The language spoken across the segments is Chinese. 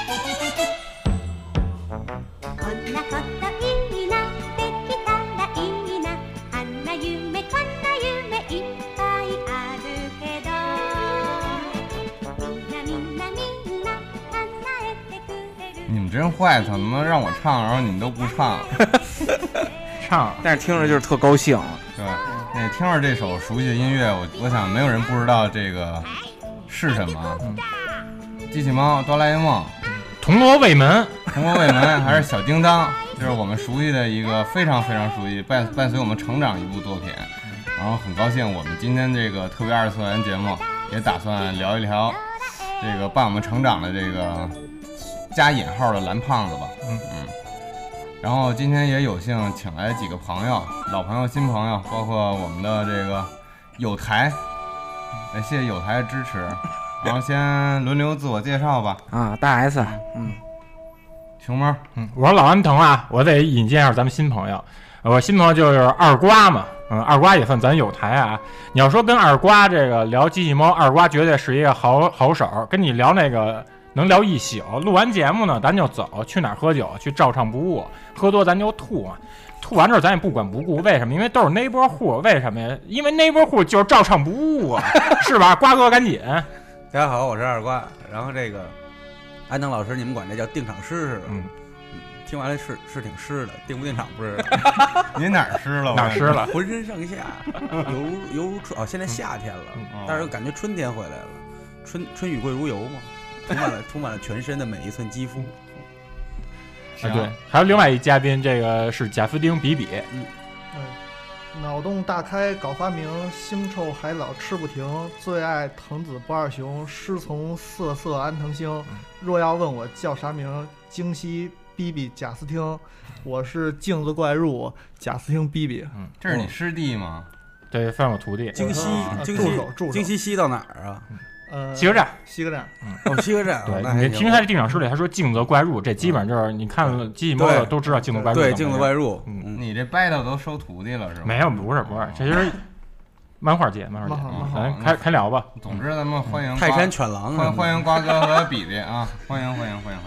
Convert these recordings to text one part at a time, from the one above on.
你们真坏，怎么让我唱，然后你们都不唱？ 唱，但是听着就是特高兴。 对，那听着这首熟悉的音乐，我想没有人不知道这个是什么。机器猫、哆啦 A 梦、 铜锣卫门， 还是小叮当，就是我们熟悉的一个非常非常熟悉，伴随我们成长一部作品。然后很高兴，我们今天这个特别二次元节目也打算聊一聊这个伴我们成长的这个加引号的蓝胖子吧。然后今天也有幸请来几个朋友，老朋友、新朋友，包括我们的这个友台，谢谢友台的支持。然后先轮流自我介绍吧。 大 S， 熊猫， 我是老安藤啊，我得引荐一下咱们新朋友。我新朋友就是二瓜嘛，二瓜也算咱友台啊。你要说跟二瓜这个聊机器猫，二瓜绝对是一个好手，跟你聊那个能聊一宿。录完节目呢，咱就走，去哪儿喝酒？去照唱不误，喝多咱就吐啊。吐完之后咱也不管不顾，为什么？因为都是那波户，为什么呀？因为那波户就是照唱不误啊，是吧？瓜哥赶紧。 大家好，我是二瓜。然后这个安藤老师，你们管这叫定场诗似的。听完了是挺湿的，定不定场不知道。 您哪儿湿了？ 哪儿湿了？ 浑身上下犹如春现在夏天了，但是又感觉春天回来了。春雨贵如油嘛，充满了全身的每一寸肌肤。 对，还有另外一嘉宾，这个是贾斯汀比比。 脑洞大开搞发明，腥臭海藻吃不停，最爱藤子不二雄，师从瑟瑟安藤星。若要问我叫啥名，京西比比贾斯汀，我是镜子怪入贾斯汀比比。 这是你师弟吗？ 对，算我徒弟。 京西西到哪儿啊？ 西客站。 西客站。 西客站。 对，你听他的定场诗里，他说镜子怪入，这基本就是你看了机器猫的都知道镜子怪入。 对，镜子怪入。 你这 battle 都收徒弟了是吧？ 没有，不是，这就是漫画界。咱开聊吧。 总之咱们欢迎泰山犬狼， 欢迎瓜哥和比比啊，欢迎。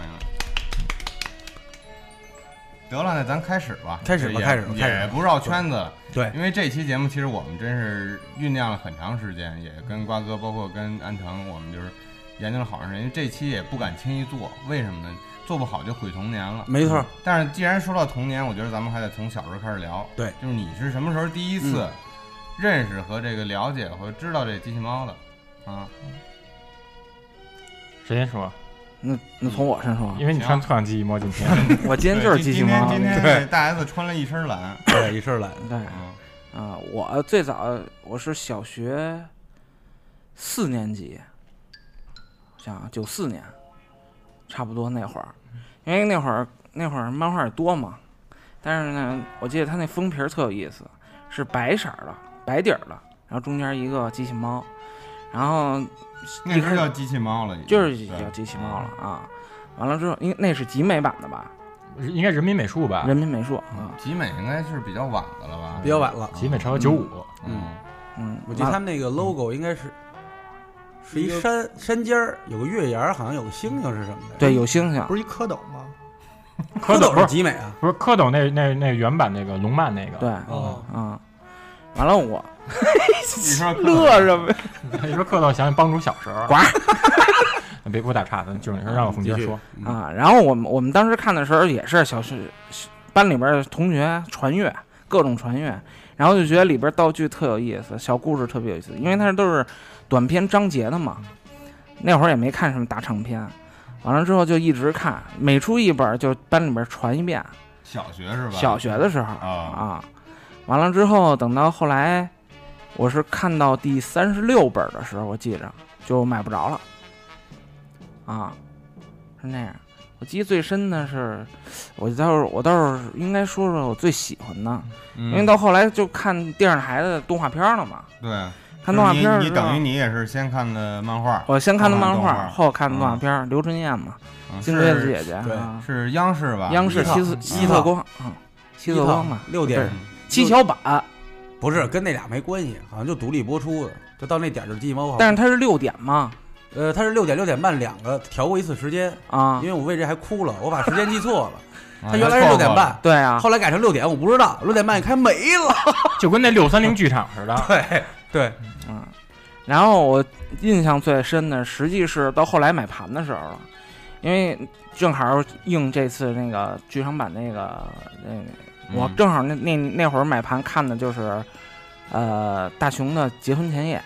得了，那咱开始吧。 开始吧。 也不绕圈子。 对， 因为这期节目其实我们真是酝酿了很长时间，也跟瓜哥包括跟安藤，我们就是研究了好长时间。因为这期也不敢轻易做，为什么呢？做不好就毁童年了。 没错。 但是既然说到童年，我觉得咱们还得从小时候开始聊。 对， 就是你是什么时候第一次认识和这个了解和知道这机器猫的啊？ 谁先说？ 那从我身上， 因为你穿特像机器猫今天， 我今天就是机器猫。 今天大 S 穿了一身蓝， 对，一身蓝。 对，我最早我是小学4年级，像94年，差不多那会儿，因为那会儿漫画也多嘛，但是呢，我记得他那封皮特有意思，是白色的，白底儿的，然后中间一个机器猫，然后。 那是叫机器猫了， 就是叫机器猫了啊！完了之后，因为那是集美版的吧？ 应该人民美术吧？ 人民美术集美应该是比较晚的了吧？ 比较晚了， 集美超过95。 我记得他们那个 logo 应该是一山尖儿，有个月牙，好像有个星星是什么的？ 对，有星星， 不是一蝌蚪吗？ 蝌蚪是集美啊？ 不是蝌蚪那原版那个龙漫那个。 对，完了我。 你说乐什么呀？ 你说蝌蚪想帮助小时候， 呱！ 别给我打岔，就是让我冯杰说啊。然后我们当时看的时候也是小学班里边的同学传阅，各种传阅，然后就觉得里边道具特有意思，小故事特别有意思，因为它都是短篇章节的嘛。那会儿也没看什么大长篇，完了之后就一直看，每出一本就班里边传一遍。 小学是吧？小学的时候完了之后等到后来。我是看到第36本的时候，我记着就买不着了，是那样。我记忆最深的是，我倒是应该说说我最喜欢的，因为到后来就看电视台的动画片了嘛。 对， 看动画片你等于你也是先看的漫画， 我先看的漫画，后看的动画片，刘春燕嘛，金龟子姐姐， 对，是央视吧？ 央视七色光，七色光嘛 ，6点 7巧板。 不是跟那俩没关系，好像就独立播出的，就到那点就是机器猫。 但是它是6点嘛， 它是6点6点半两个调过一次时间啊， 因为我为这还哭了，我把时间记错了。 啊它原来是6点半， 对啊， 后来改成6点，我不知道6点半一开没了， 就跟那630剧场似的。 对， 然后我印象最深的，实际是到后来买盘的时候了，因为正好应这次那个剧场版我正好那会儿买盘看的就是大雄的结婚前夜，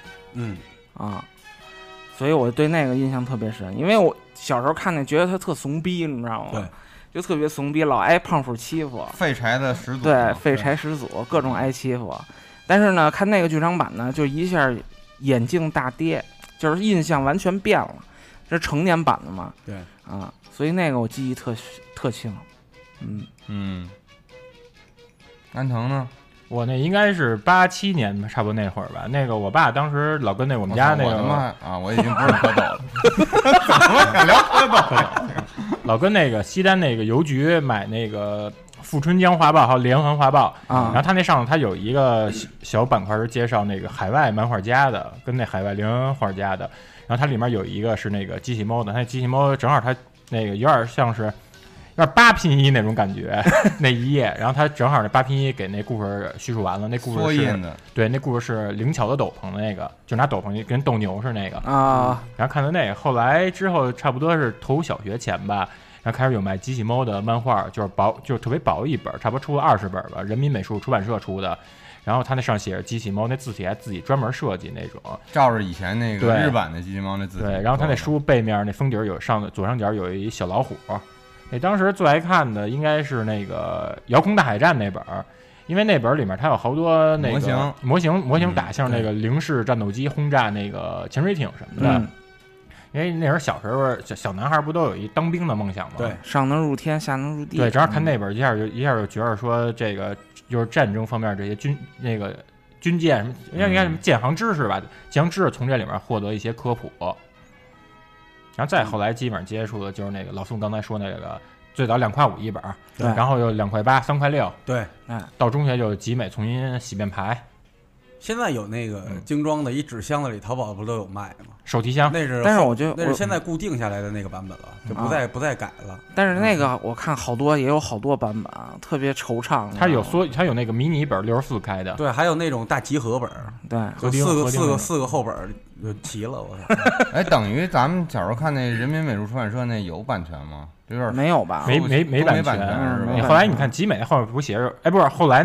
所以我对那个印象特别深，因为我小时候看那觉得他特怂逼，你知道吗？ 对， 就特别怂逼，老挨胖虎欺负， 废柴的始祖， 对，废柴始祖，各种挨欺负。但是呢，看那个剧场版呢，就一下眼镜大跌，就是印象完全变了。这是成年版的嘛？ 对啊，所以那个我记忆特清。 安藤呢？ 我那应该是87年差不多那会儿吧。那个我爸当时老跟我们家那个我已经不是蝌蚪了，怎么敢聊蝌蚪？ 老跟那个西单那个邮局买那个富春江画报还有连环画报然后他那上头他有一个小板块是介绍那个海外漫画家的，跟那海外连环画家的。然后它里面有一个是那个机器猫的，它机器猫正好它那个有点像是有点8拼1那种感觉那一页，然后它正好那8拼1给那故事叙述完了，那故事是对，那故事是灵巧的斗篷的那个，就拿斗篷跟斗牛是那个然后看到那个，后来之后差不多是头小学前吧，然后开始有卖机器猫的漫画，就是薄，就是特别薄一本，差不多出了20本吧，人民美术出版社出的。然后他那上写着机器猫，那字体还自己专门设计那种， 照着以前那个日版的机器猫那字体。 对，然后他那书背面那封底有左上角有一小老虎。那当时最爱看的应该是那个《遥控大海战》那本，因为那本里面它有好多那个模型打，像那个零式战斗机轰炸那个潜水艇什么的。因为那时候小时候小男孩不都有一当兵的梦想吗？ 对， 上能入天，下能入地。 对，正好看那本一下就觉得说这个就是战争方面这些军舰什么应该什么舰航知识吧，舰航知识从这里面获得一些科普。然后再后来基本上接触的就是那个老宋刚才说那个最早2块5一本，然后又2块8、3块6， 对， 到中学就集美重新洗面牌。 现在有那个精装的一纸箱子里，淘宝不都有卖吗？ 手提箱， 那是， 但是我觉得那是现在固定下来的那个版本了，就不再改了。 但是那个我看也有好多版本，特别惆怅。 它有那个迷你本64开的， 对，还有那种大集合本， 对， 四个后本就齐了。我哎，等于咱们小时候看那人民美术出版社那有版权吗？有点没有吧？ 没版权是吧？ 你后来你看集美后面不写着，哎，不是，后来有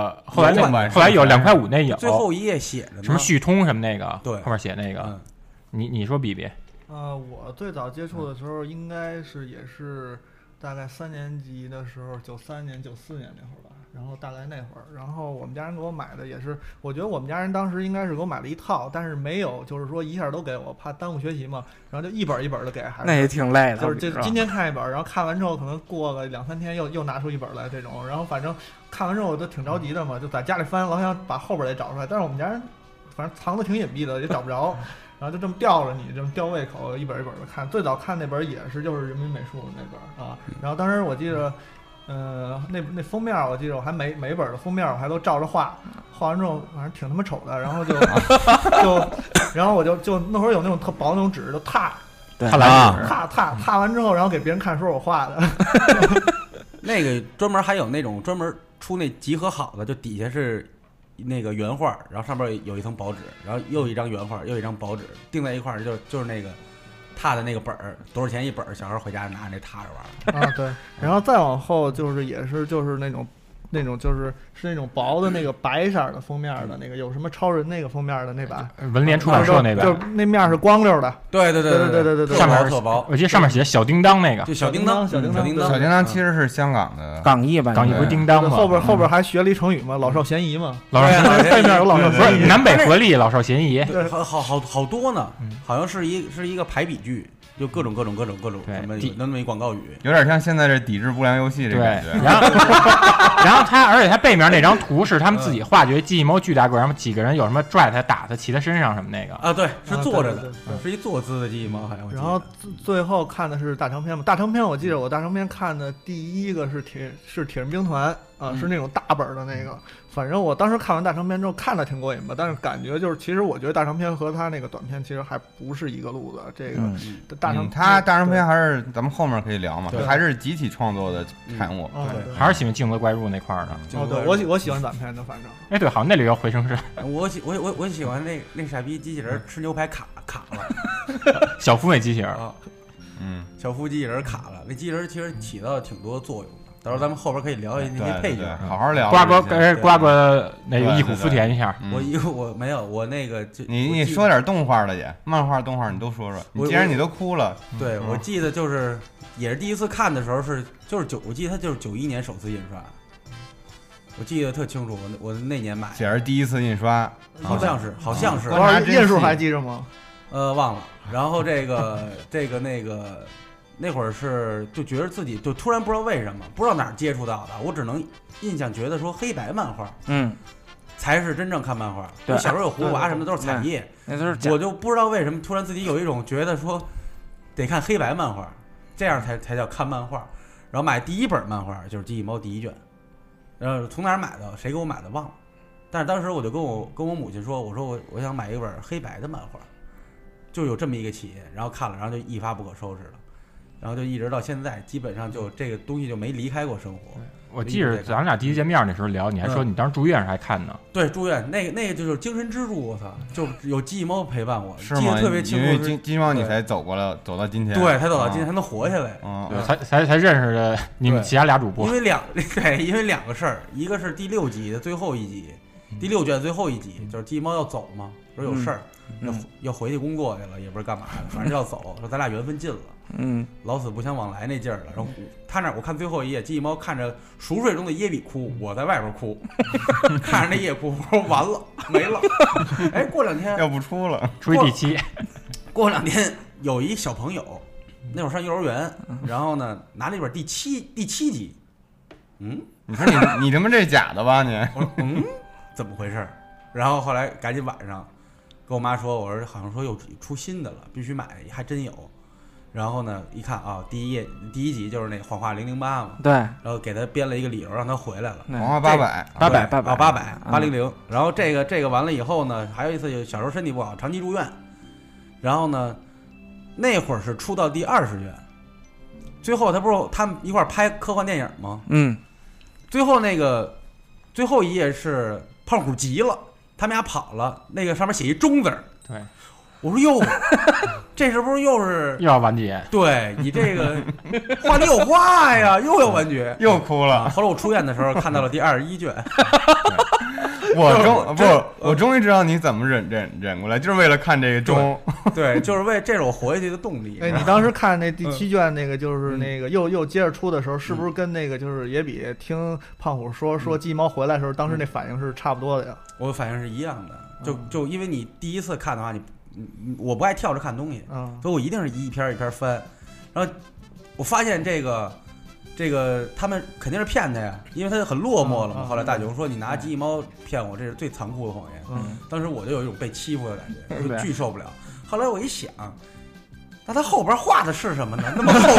2块5那有， 最后一页写着什么续通什么那个， 对， 后面写那个。你说比比？ 我最早接触的时候应该也是大概3年级的时候，93年、94年那会儿吧。然后大概那会儿，然后我们家人给我买的也是，我觉得我们家人当时应该是给我买了一套，但是没有就是说一下都给我，怕耽误学习嘛，然后就一本一本的给孩子。 那也挺累的， 就是今天看一本，然后看完之后可能过个2-3天又拿出一本来这种，然后反正看完之后我都挺着急的嘛，就在家里翻，老想把后边也找出来，但是我们家人反正藏的挺隐蔽的，也找不着。然后就这么吊着你，这么吊胃口，一本一本的看。最早看那本也是就是人民美术那本啊。然后当时我记得，那封面我记得我还每本的封面我还都照着画，画完之后反正挺他妈丑的。然后然后我就那会儿有那种特薄那种纸，就踏完之后，然后给别人看说我画的。 那个专门还有那种专门出那集合好的，就底下是那个原画，然后上面有一层薄纸，然后又一张原画，又一张薄纸，钉在一块儿，就是那个踏的那个本儿，多少钱一本？小孩回家拿那踏着玩啊。对，然后再往后也是那种就是那种薄的那个白色的封面的那个，有什么超人那个封面的那版， 文联出版社那版， 就那面是光溜的。 对， 上面特薄， 我记得上面写小叮当那个， 就小叮当其实是香港的港译版， 港译不是叮当吗？ 后边还学了一成语嘛，老少咸宜嘛。 对面有老少咸宜， 南北合力，老少咸宜。 对，好多呢，好像是一个排比句。就各种什么那么一广告语， 有点像现在这抵制不良游戏这感觉。 然后而且他背面那张图是他们自己画，觉得机器猫巨大个，然后几个人有什么拽他、打他、骑他身上什么那个啊，对，是坐着的，是一坐姿的机器猫，好像。 然后最后看的是大长篇嘛，大长篇我记得我大长篇看的第一个是铁人兵团。 啊，是那种大本的那个。反正我当时看完大长篇之后看的挺过瘾吧，但是感觉就是，其实我觉得大长篇和他那个短篇其实还不是一个路子。这个他大长篇还是咱们后面可以聊嘛，还是集体创作的产物， 对， 还是喜欢镜子怪入那块儿的。 哦，对，我喜欢短篇的，反正。 哎，对，好像那里有回声山。 我喜欢那傻逼机器人吃牛排卡了， 小夫那机器人啊，小夫机器人卡了，那机器人其实起到挺多作用的。到时候咱们后边可以聊一那些配角， 好好聊。 瓜哥那个忆苦思甜一下。 我没有，我那个你说点动画的也，漫画动画你都说说。既然你都哭了， 对，我记得就是也是第一次看的时候我记得它就是91年首次印刷，我记得特清楚，我那年买， 也是第一次印刷， 好像是。 印数还记着吗？ 忘了。然后那会儿就觉得自己就突然不知道为什么，不知道哪儿接触到的，我只能印象觉得说黑白漫画，才是真正看漫画。对，小时候有葫芦娃什么的都是彩页， 那都是。 我就不知道为什么突然自己有一种觉得说，得看黑白漫画，这样才叫看漫画。然后买第一本漫画就是《机器猫》第1卷，从哪儿买的？谁给我买的忘了。但是当时我就跟我母亲说，我说我想买一本黑白的漫画，就有这么一个企业，然后看了，然后就一发不可收拾了。然后就一直到现在，基本上就这个东西就没离开过生活。 我记得咱俩第一见面那时候聊，你还说你当时住院时还看呢。 对，住院那个就是精神支柱，我操，就有机器猫陪伴我， 是吗？ 记得特别清楚。 因为机器猫你才走到今天， 对，才走到今天，才能活下来。 对，才认识的你们其他俩主播。 因为两个事儿，一个是第6集的最后一集，第6卷最后一集，就是机器猫要走嘛，说有事儿，要回去工作去了，也不知道干嘛的，反正要走，说咱俩缘分尽了。老死不相往来那劲儿了。然后他那我看最后一页，机器猫看着熟睡中的耶比哭，我在外边哭，看着那夜哭，我说完了没了。哎，过2天要不出了， 出第7。 过2天有一小朋友，那会儿上幼儿园，然后呢拿了一本第七集。 你说你他妈这假的吧你？ 我说怎么回事？然后后来赶紧晚上跟我妈说，我说好像说又出新的了，必须买，还真有。然后呢，一看啊，第一集就是那谎话008嘛， 对， 然后给他编了一个理由让他回来了， 谎话 800，然后这个完了以后呢，还有一次就小时候身体不好，长期住院，然后呢，那会儿是出到第20卷，最后他不是他们一块拍科幻电影吗？最后一页是胖虎急了，他们俩跑了，那个上面写一中字儿， 对。 我说哟，这是不是又要完结？ 对你这个话里有话呀，又要完结， 又哭了。 后来我出院的时候看到了第21卷， 我终于知道你怎么忍过来，就是为了看这个钟。 对，就是这是我活下去的动力。 哎，你当时看那第7卷那个就是那个又接着出的时候，是不是跟那个就是也比听胖虎说机器猫回来的时候，当时那反应是差不多的呀？ 我反应是一样的，就因为你第一次看的话，我不爱跳着看东西，所以我一定是一篇一篇翻。然后我发现这个他们肯定是骗他呀，因为他很落寞了嘛。后来大雄说你拿机器猫骗我，这是最残酷的谎言。当时我就有一种被欺负的感觉，我就巨受不了。后来我一想，那他后边画的是什么呢？那么厚，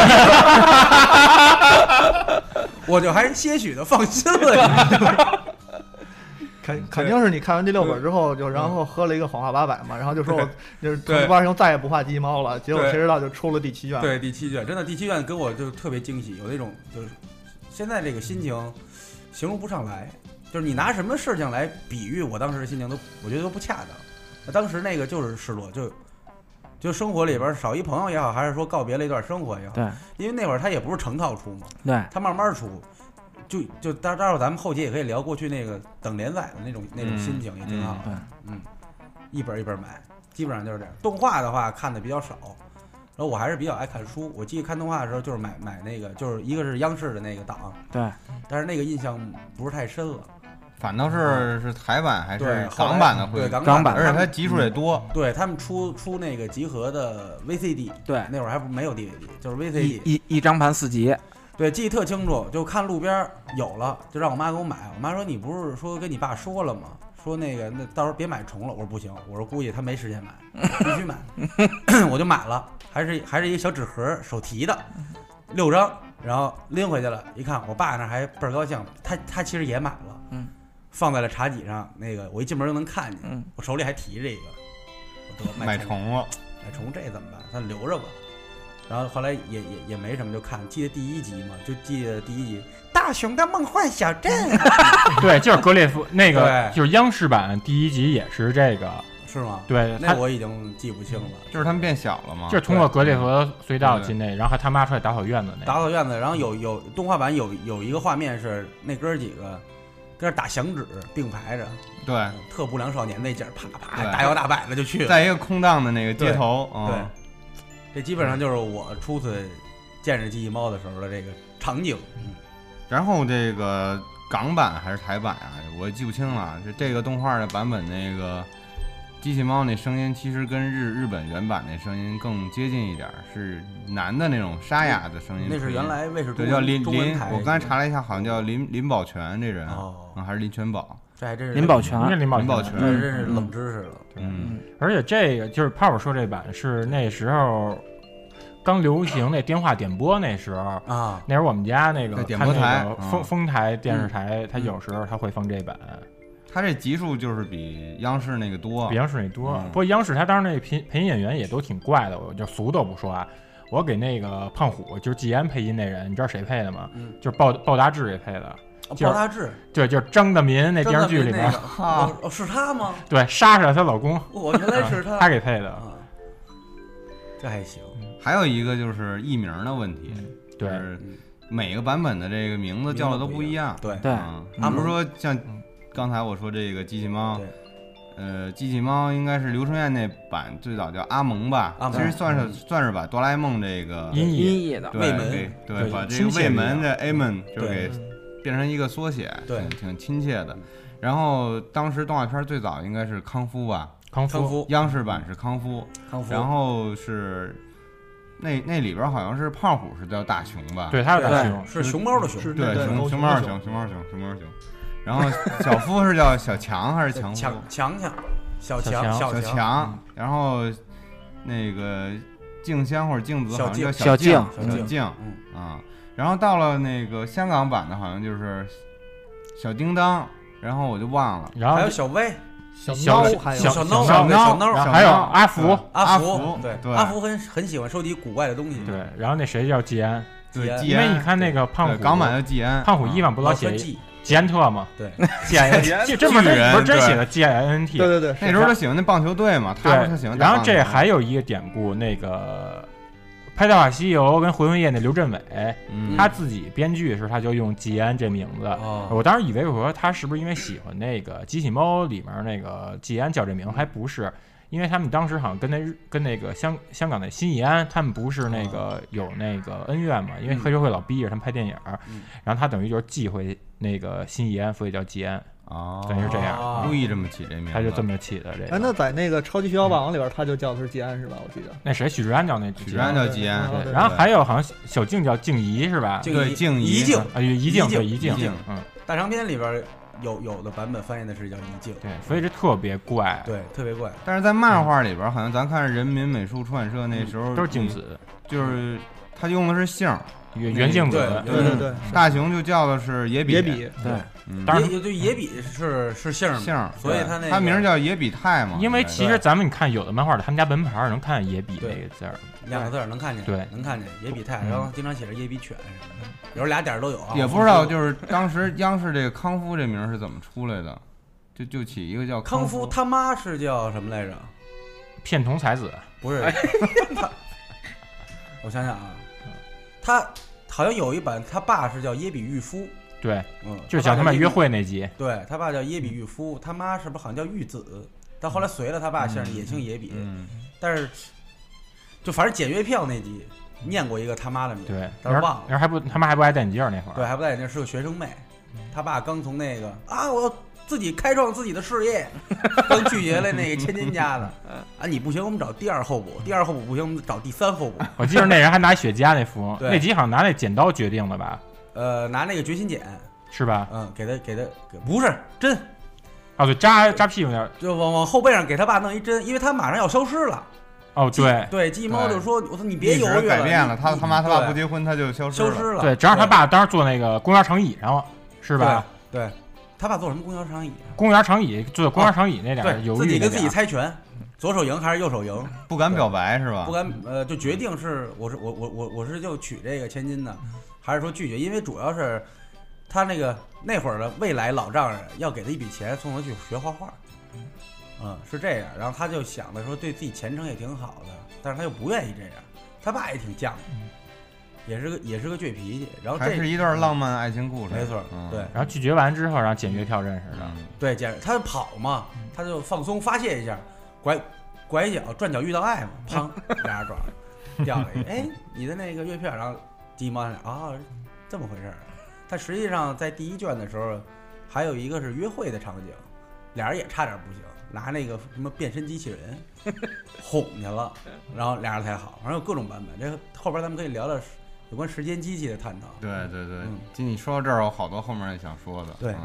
我就还些许的放心了。 肯定是你看完第6本之后，就然后喝了一个谎话800嘛，然后就说我就是藤子不二雄再也不画机器猫了，结果谁知道就出了第7卷。 对，第7卷真的第7卷跟我就特别惊喜，有那种就是现在这个心情形容不上来，就是你拿什么事情来比喻我当时的心情我觉得都不恰当。当时那个就是失落，就生活里边少一朋友也好，还是说告别了一段生活也好， 对， 因为那会儿他也不是成套出嘛， 对， 他慢慢出。就待会儿咱们后期也可以聊过去那个等连载的那种心情也挺好的，一本一本买，基本上就是这样。动画的话看的比较少，然后我还是比较爱看书。我记得看动画的时候就是买那个，就是一个是央视的那个档， 对， 但是那个印象不是太深了。 反倒是台版还是港版的会， 对港版， 而且它集数也多。 对他们出那个集合的 VCD， 对，那会儿还没有 DVD， 就是 VCD， 一张盘4集。 对，记得特清楚，就看路边有了，就让我妈给我买。我妈说：“你不是说跟你爸说了吗？说那到时候别买重了。”我说：“不行，我说估计他没时间买，必须买。”我就买了，还是一个小纸盒，手提的，6张， 然后拎回去了，一看我爸那还倍儿高兴，他其实也买了，放在了茶几上，那个我一进门就能看见，我手里还提着一个，我得买虫了， 买虫这怎么办？咱留着吧。然后后来也没什么，就看记得第一集嘛，就记得第一集大雄的梦幻小镇， 对，就是格列佛那个， 对就是央视版第一集也是这个， 是吗？ 对， 那我已经记不清了。 就是他们变小了嘛， 就是通过格列佛隧道进那，然后还他妈出来打扫院子那， 打扫院子，然后有动画版有一个画面是那哥几个跟那打响指并排着， 对， 特不良少年那劲儿，啪啪大摇大摆的就去了， 在一个空荡的那个街头， 对，这基本上就是我初次见着机器猫的时候的这个场景。 然后这个港版还是台版啊，我记不清了。这个动画的版本，那个机器猫那声音其实跟日本原版那声音更接近一点，是男的那种沙哑的声音。 那是原来卫视对叫林，我刚才查了一下，好像叫林保全这人，还是林全宝。 这还真是林保全， 林保全， 这真是冷知识了。 而且这个就是泡泡说这版是那时候刚流行那电话点播那时候啊， 那时候我们家那个点播台丰台电视台，它有时候它会放这版。 它这集数就是比央视那个多， 比央视那多。不过央视它当时那配音演员也都挺怪的，我就俗都不说啊。我给那个胖虎就是季安配音那人，你知道谁配的吗？就是鲍达志给配的。 鲍达志， 对，就是张德民那电视剧里面， 是他吗？ 对，莎莎她老公， 原来是他， 他给配的， 这还行。 还有一个就是译名的问题， 对， 每个版本的这个名字叫的都不一样， 对， 比如说像刚才我说这个机器猫，机器猫应该是刘春燕那版最早叫阿蒙吧，其实算是把哆啦 A 梦这个音译的卫门，对，把这个卫门的 A 们就给变成一个缩写， 对， 挺亲切的。然后当时动画片最早应该是康夫吧， 康夫， 央视版是康夫，然后是那里边好像是胖虎是叫大熊吧？ 对，他是大熊， 是熊猫的熊， 对，熊猫熊。然后小夫是叫小强还是强夫？ 小强。然后那个静香或者静子好像叫小静啊。然后到了那个香港版的，好像就是小叮当，然后我就忘了。 然后还有小薇、 小孬，还有小孬， 还有阿福， 对，阿福很喜欢收集古怪的东西。 对，然后那谁叫季安？ 对， 因为你看那个胖虎， 港版叫季安， 胖虎一版不老写季安特吗？ 对 ，G 这么不是真写的 GINT？ 对， 那时候他喜欢那棒球队嘛，他喜欢。 然后这还有一个典故，那个《拍大话西游》跟《回魂夜》那刘镇伟，他自己编剧时他就用季安这名字。我当时以为我说他是不是因为喜欢那个机器猫里面那个季安叫这名，还不是。因为他们当时好像跟那个香港的新义安，他们不是那个有那个恩怨嘛？因为黑社会老逼着他们拍电影，然后他等于就是忌讳那个新义安，所以叫季安。等于是这样， 故意这么起这名， 他就这么起的这个。 那在那个超级学校霸王里边，他就叫的是季安是吧？我记得那谁许志安叫那许志安叫季安， 对。然后还有好像小静叫静怡是吧？ 对，怡静啊，怡静对怡静， 大长篇里边。有的版本翻译的是叫怡静， 对，所以这特别怪， 对，特别怪。 但是在漫画里边，好像咱看人民美术出版社那时候都是静子， 就是他用的是姓原静子， 对， 大雄就叫的是野比， 对， 当然就野比是姓，所以他名叫野比泰嘛。 因为其实咱们你看有的漫画的，他们家门牌能看见野比那个字儿 ，2个字能看见， 对， 能看见野比泰，然后经常写着野比犬什么的。有时候俩点都有啊， 也不知道就是当时央视这个康夫这名是怎么出来的，就起一个叫康夫，他妈是叫什么来着？ 片桐才子不是，我想想啊，他好像有一版他爸是叫耶比玉夫， 对，就讲他们约会那集， 对他爸叫耶比玉夫，他妈是不是好像叫玉子？但后来随了他爸姓也姓耶比，但是就反正检阅票那集。念过一个他妈的名字， 对， 但是忘了。 然后他妈还不爱戴眼镜那会儿， 对，还不戴眼镜，是个学生妹。他爸刚从那个我要自己开创自己的事业，刚拒绝了那个千金家的你不行，我们找第二候补，第二候补不行，我们找第三候补。 我记得那人还拿雪茄那符，那集好像拿那剪刀决定的吧？ 拿那个决心剪是吧？ 给他不是针， 对，扎屁股那儿， 就往后背上给他爸弄一针，因为他马上要消失了。 哦，对对，机器猫就说：“我说你别犹豫了， 改变了，他妈他爸不结婚，他就消失了。” 对，正好他爸当时坐那个公园长椅上了，是吧？ 对，他爸坐什么公园长椅？ 公园长椅，坐公园长椅那点犹豫， 自己跟自己猜拳，左手赢还是右手赢？ 不敢表白是吧？ 不敢，就决定是我是就娶这个千金的，还是说拒绝？因为主要是他那会儿的未来老丈人要给他一笔钱送他去学画画。是这样，然后他就想着说对自己前程也挺好的，但是他又不愿意这样，他爸也挺犟，也是个倔脾气，然后还是一段浪漫爱情故事， 没错，对。 然后拒绝完之后，让简约跳认识的， 对，他就跑嘛，他就放松发泄一下，拐角转角遇到爱嘛，砰，俩人撞了，掉了一个，哎，你的那个月票，然后鸡毛啊，这么回事儿。他实际上在第一卷的时候，还有一个是约会的场景，俩人也差点不行。拿那个什么变身机器人哄去了，然后俩人才好，反正有各种版本。这后边咱们可以聊聊有关时间机器的探讨。 对，就你说到这儿，有好多后面也想说的。 对，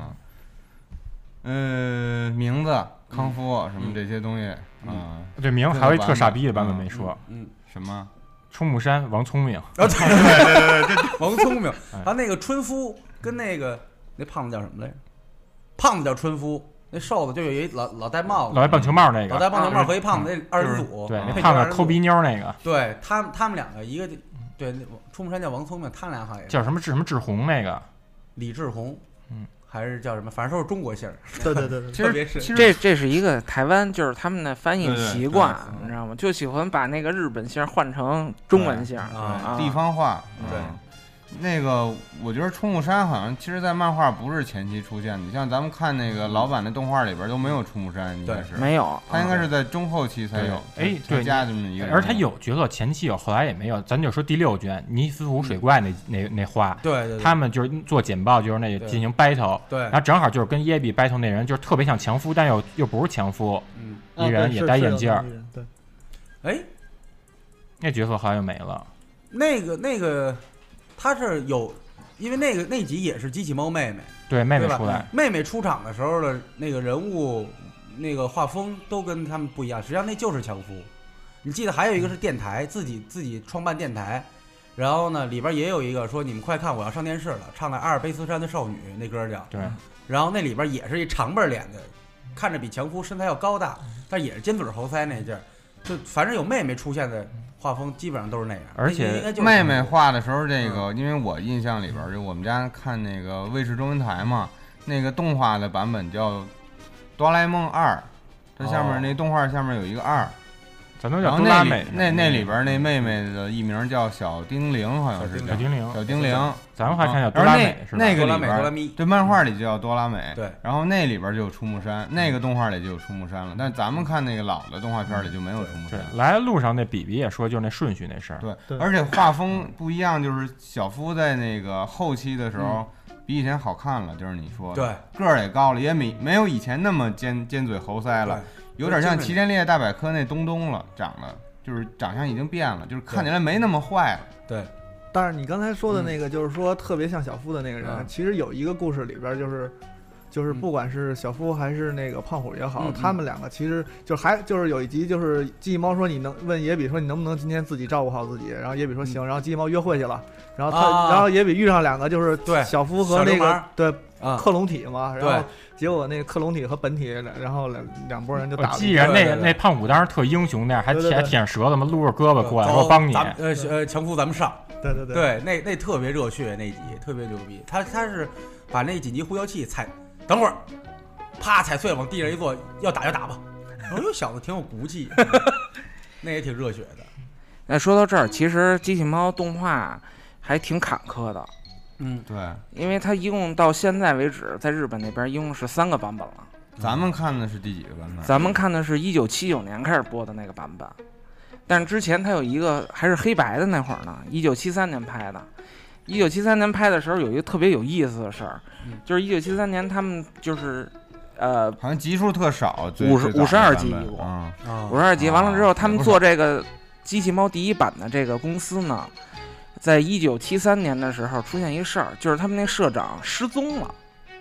名字、康夫什么这些东西， 对，名字还有一特傻逼的版本没说， 什么？ 出木山王聪明。 对，王聪明。他那个春夫跟那胖子叫什么来着？胖子叫春夫。那瘦子就有一老戴帽子， 老戴棒球帽那个， 老戴棒球帽和一胖子那二人组， 对，那胖子抠鼻妞那个， 对他们两个，一个对出木山叫王聪明，他俩好像叫什么志宏那个， 李志宏，还是叫什么，反正都是中国姓。 对， 特别是这是一个台湾，就是他们的翻译习惯，你知道吗？就喜欢把那个日本姓换成中文姓啊，地方话， 对。 那个，我觉得出木山好像其实，在漫画不是前期出现的。你像咱们看那个老版的动画里边都没有出木山，应该是没有， 他应该是在中后期才有。 哎，对， 加这么一个人， 而他有角色前期有，后来也没有。咱就说第6卷尼斯湖水怪那话， 对， 他们就是做简报，就是那个进行 battle， 对， 然后正好就是跟耶比 battle 那人，就是特别像强夫，但又不是强夫，一人也戴眼镜， 对， 哎， 那角色好像又没了。 那个。他是有，因为那集也是机器猫妹妹， 对，妹妹出来， 妹妹出场的时候的那个人物，那个画风都跟他们不一样。实际上那就是强夫。你记得还有一个是电台，自己创办电台，然后呢里边也有一个说你们快看我要上电视了，唱的阿尔卑斯山的少女那歌叫， 对， 然后那里边也是一长辈脸的，看着比强夫身材要高大，但也是尖嘴猴腮那劲儿，就反正有妹妹出现的。画风基本上都是那样， 而且妹妹画的时候，这个因为我印象里边，就我们家看那个卫视中文台嘛，那个动画的版本叫《哆啦 A 梦2》，它下面那动画下面有一个2， 咱都叫哆啦美。 那里边那妹妹的艺名叫小丁玲，好像是小丁玲，咱们还看叫哆啦美是吧？ 那个里边对漫画里就叫哆啦美， 对， 然后那里边就有出木山，那个动画里就有出木山了，但咱们看那个老的动画片里就没有出木山。 来路上那比比也说，就是那顺序那事儿。 对，而且画风不一样，就是小夫在那个后期的时候比以前好看了，就是你说对， 个儿也高了，也没有以前那么尖嘴猴腮了，有点像《齐天烈大百科》那东东了，就是长相已经变了，就是看起来没那么坏了。 对。 但是你刚才说的那个，就是说特别像小夫的那个人，其实有一个故事里边，就是不管是小夫还是那个胖虎也好，他们两个其实就是有一集，就是机器猫说你能问野比说你能不能今天自己照顾好自己，然后野比说行，然后机器猫约会去了，然后野比遇上两个就是小夫和那个对克隆体嘛，然后结果那个克隆体和本体，然后两拨人就打了。 既然那胖虎当时特英雄那样，还舔上舌头嘛，撸着胳膊过来说帮你。 强夫咱们上。 对， 那特别热血，那集特别牛逼。他是把那紧急呼叫器踩，等会儿，啪踩碎了，往地上一坐，要打就打吧。这小子挺有骨气，那也挺热血的。 那说到这儿，其实机器猫动画还挺坎坷的。 对， 因为它一共到现在为止，在日本那边一共是3个版本了。 咱们看的是第几个版本？ 咱们看的是1979年开始播的那个版本。但是之前它有一个还是黑白的那会儿呢，1973年拍的。1973年拍的时候有一个特别有意思的事儿，就是1973年他们就是好像集数特少 ，52集一共，52集完了之后，他们做这个机器猫第一版的这个公司呢，在1973年的时候出现一事儿，就是他们那社长失踪了。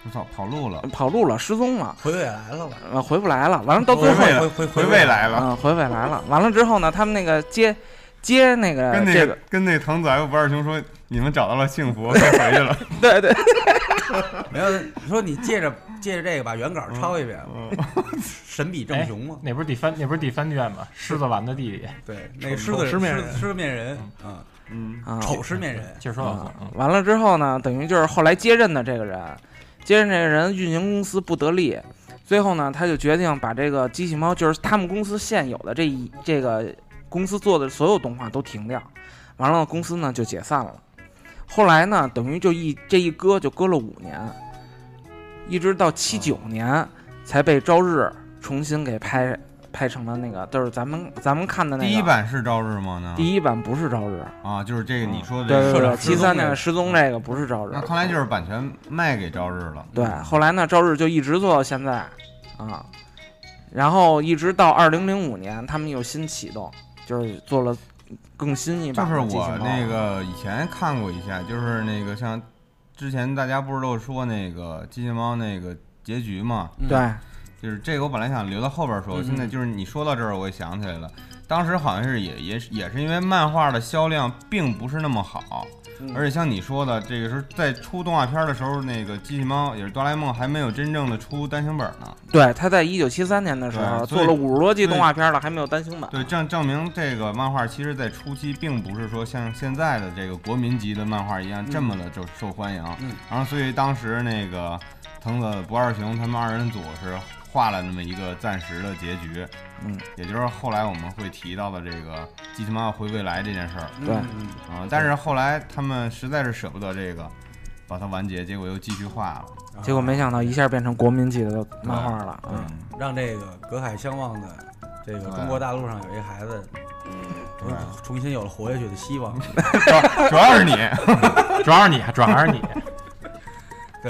跑路了， 失踪了， 回未来了吧？ 回不来了。完了到最后回未来了， 回未来了。完了之后呢，他们那个接那个跟那藤子 F 不二雄说，你们找到了幸福，该回去了。 对， 没有说你借着这个把原稿抄一遍，神笔正雄嘛。 那不是第三卷吗？狮子丸的弟弟。 对，那个狮子面人，丑狮面人。 接着说， 完了之后呢，等于就是后来接任这个人运营公司不得力，最后呢，他就决定把这个机器猫，就是他们公司现有的这个公司做的所有动画都停掉，完了公司呢就解散了。后来呢，等于这一搁就搁了5年，一直到79年才被朝日重新给拍成了那个，就是咱们看的那个。 第一版是朝日吗？ 第一版不是朝日啊，就是这个你说的这个73年失踪这个不是朝日。 那看来就是版权卖给朝日了。 对，后来呢，朝日就一直做到现在啊，然后一直到2005年，他们又新启动，就是做了更新一版。 就是我那个以前看过一下，就是那个像之前大家不是都说那个机器猫那个结局嘛？ 对。 就是这个，我本来想留到后边说，现在就是你说到这儿，我也想起来了。当时好像是也是因为漫画的销量并不是那么好，而且像你说的，这个是在出动画片的时候，那个机器猫也是哆啦 A 梦还没有真正的出单行本呢。 对，他在1973年的时候做了50多季动画片了，还没有单行本。 对，证明这个漫画其实在初期并不是说像现在的这个国民级的漫画一样这么的就受欢迎。然后所以当时那个藤子不二雄他们2人组是画了那么一个暂时的结局，也就是后来我们会提到的这个机器猫回未来这件事儿。 对， 但是后来他们实在是舍不得这个，把它完结，结果又继续画了， 结果没想到一下变成国民级的漫画了， 让这个隔海相望的这个中国大陆上有一个孩子，重新有了活下去的希望。 主要是你， 主要是你， 对，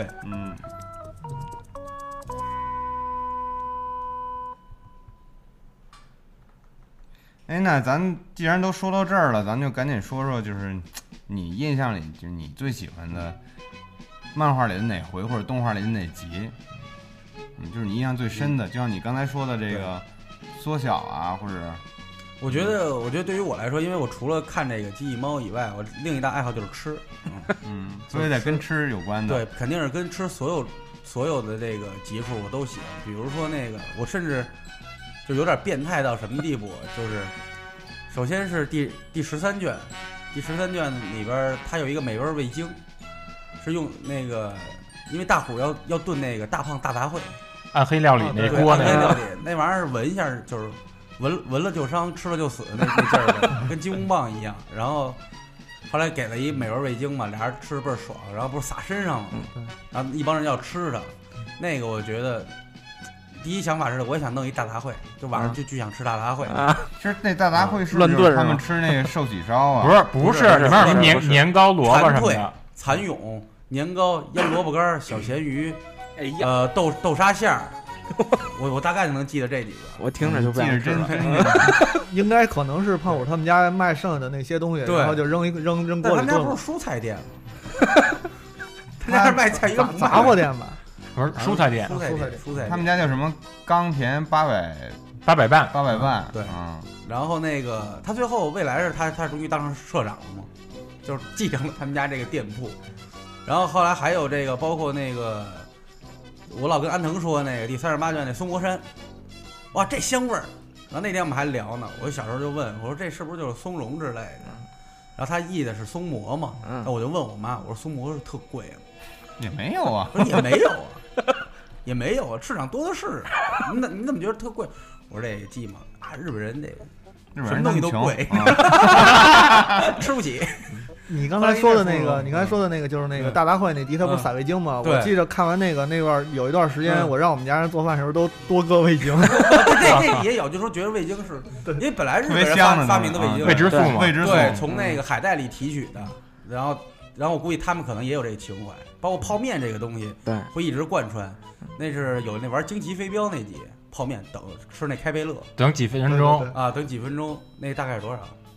哎，那咱既然都说到这儿了，咱就赶紧说说，就是你印象里，就是你最喜欢的漫画里的哪回，或者动画里的哪集，就是你印象最深的，就像你刚才说的这个缩小啊，或者我觉得对于我来说，因为我除了看这个机器猫以外，我另一大爱好就是吃， 所以得跟吃有关的， 对，肯定是跟吃所有的这个集数我都喜欢，比如说那个我甚至。就有点变态到什么地步，就是首先是第13卷，第13卷里边它有一个美味味精，是用那个，因为大虎要炖那个大胖大杂烩， 暗黑料理那锅暗黑料理那玩意儿闻一下就是闻了就伤，吃了就死那劲儿的，跟金箍棒一样。然后后来给了一美味味精嘛，俩人吃的倍儿爽，然后不是撒身上了吗？然后一帮人要吃它，那个我觉得。第一想法是，我也想弄一大杂烩，就晚上就巨想吃大杂烩。 其实那大杂烩是就是他们吃那个寿喜烧啊？ 不是，里面什么年糕、萝卜什么的， 蚕蛹、年糕、腌萝卜干、小咸鱼，豆沙馅儿。我大概就能记得这几个。 我听着就不想吃了。 应该可能是胖虎他们家卖剩下的那些东西，然后就扔锅里。 他们家不是蔬菜店吗？他家是卖菜一个杂货店吧？ 不是蔬菜店， 蔬菜。 他们家叫什么？冈田800半。 对，然后那个他最后未来是他终于当上社长了嘛，就是继承了他们家这个店铺。然后后来还有这个，包括那个我老跟安藤说那个第38卷那松果山，哇，这香味儿。然后那天我们还聊呢，我小时候就问我说这是不是就是松茸之类的？然后他译的是松蘑嘛，然后我就问我妈，我说松蘑是特贵啊？ 也没有啊， 我说也没有啊。也没有啊，市场多的是。你怎么觉得特贵？我说这记嘛日本人什么东西都贵，吃不起。 你刚才说的那个，就是那个大杂烩那集，它不是撒味精吗？我记得看完那段有一段时间，我让我们家人做饭的时候都多搁味精。 这也有，就说觉得味精是，因为本来日本人发明的味精， 味之素嘛， 对，从那个海带里提取的，然后我估计他们可能也有这个情怀，包括泡面这个东西， 对， 会一直贯穿。那是有那玩惊奇飞镖那集，泡面等吃那开贝乐， 等几分钟啊，等几分钟，那大概是多少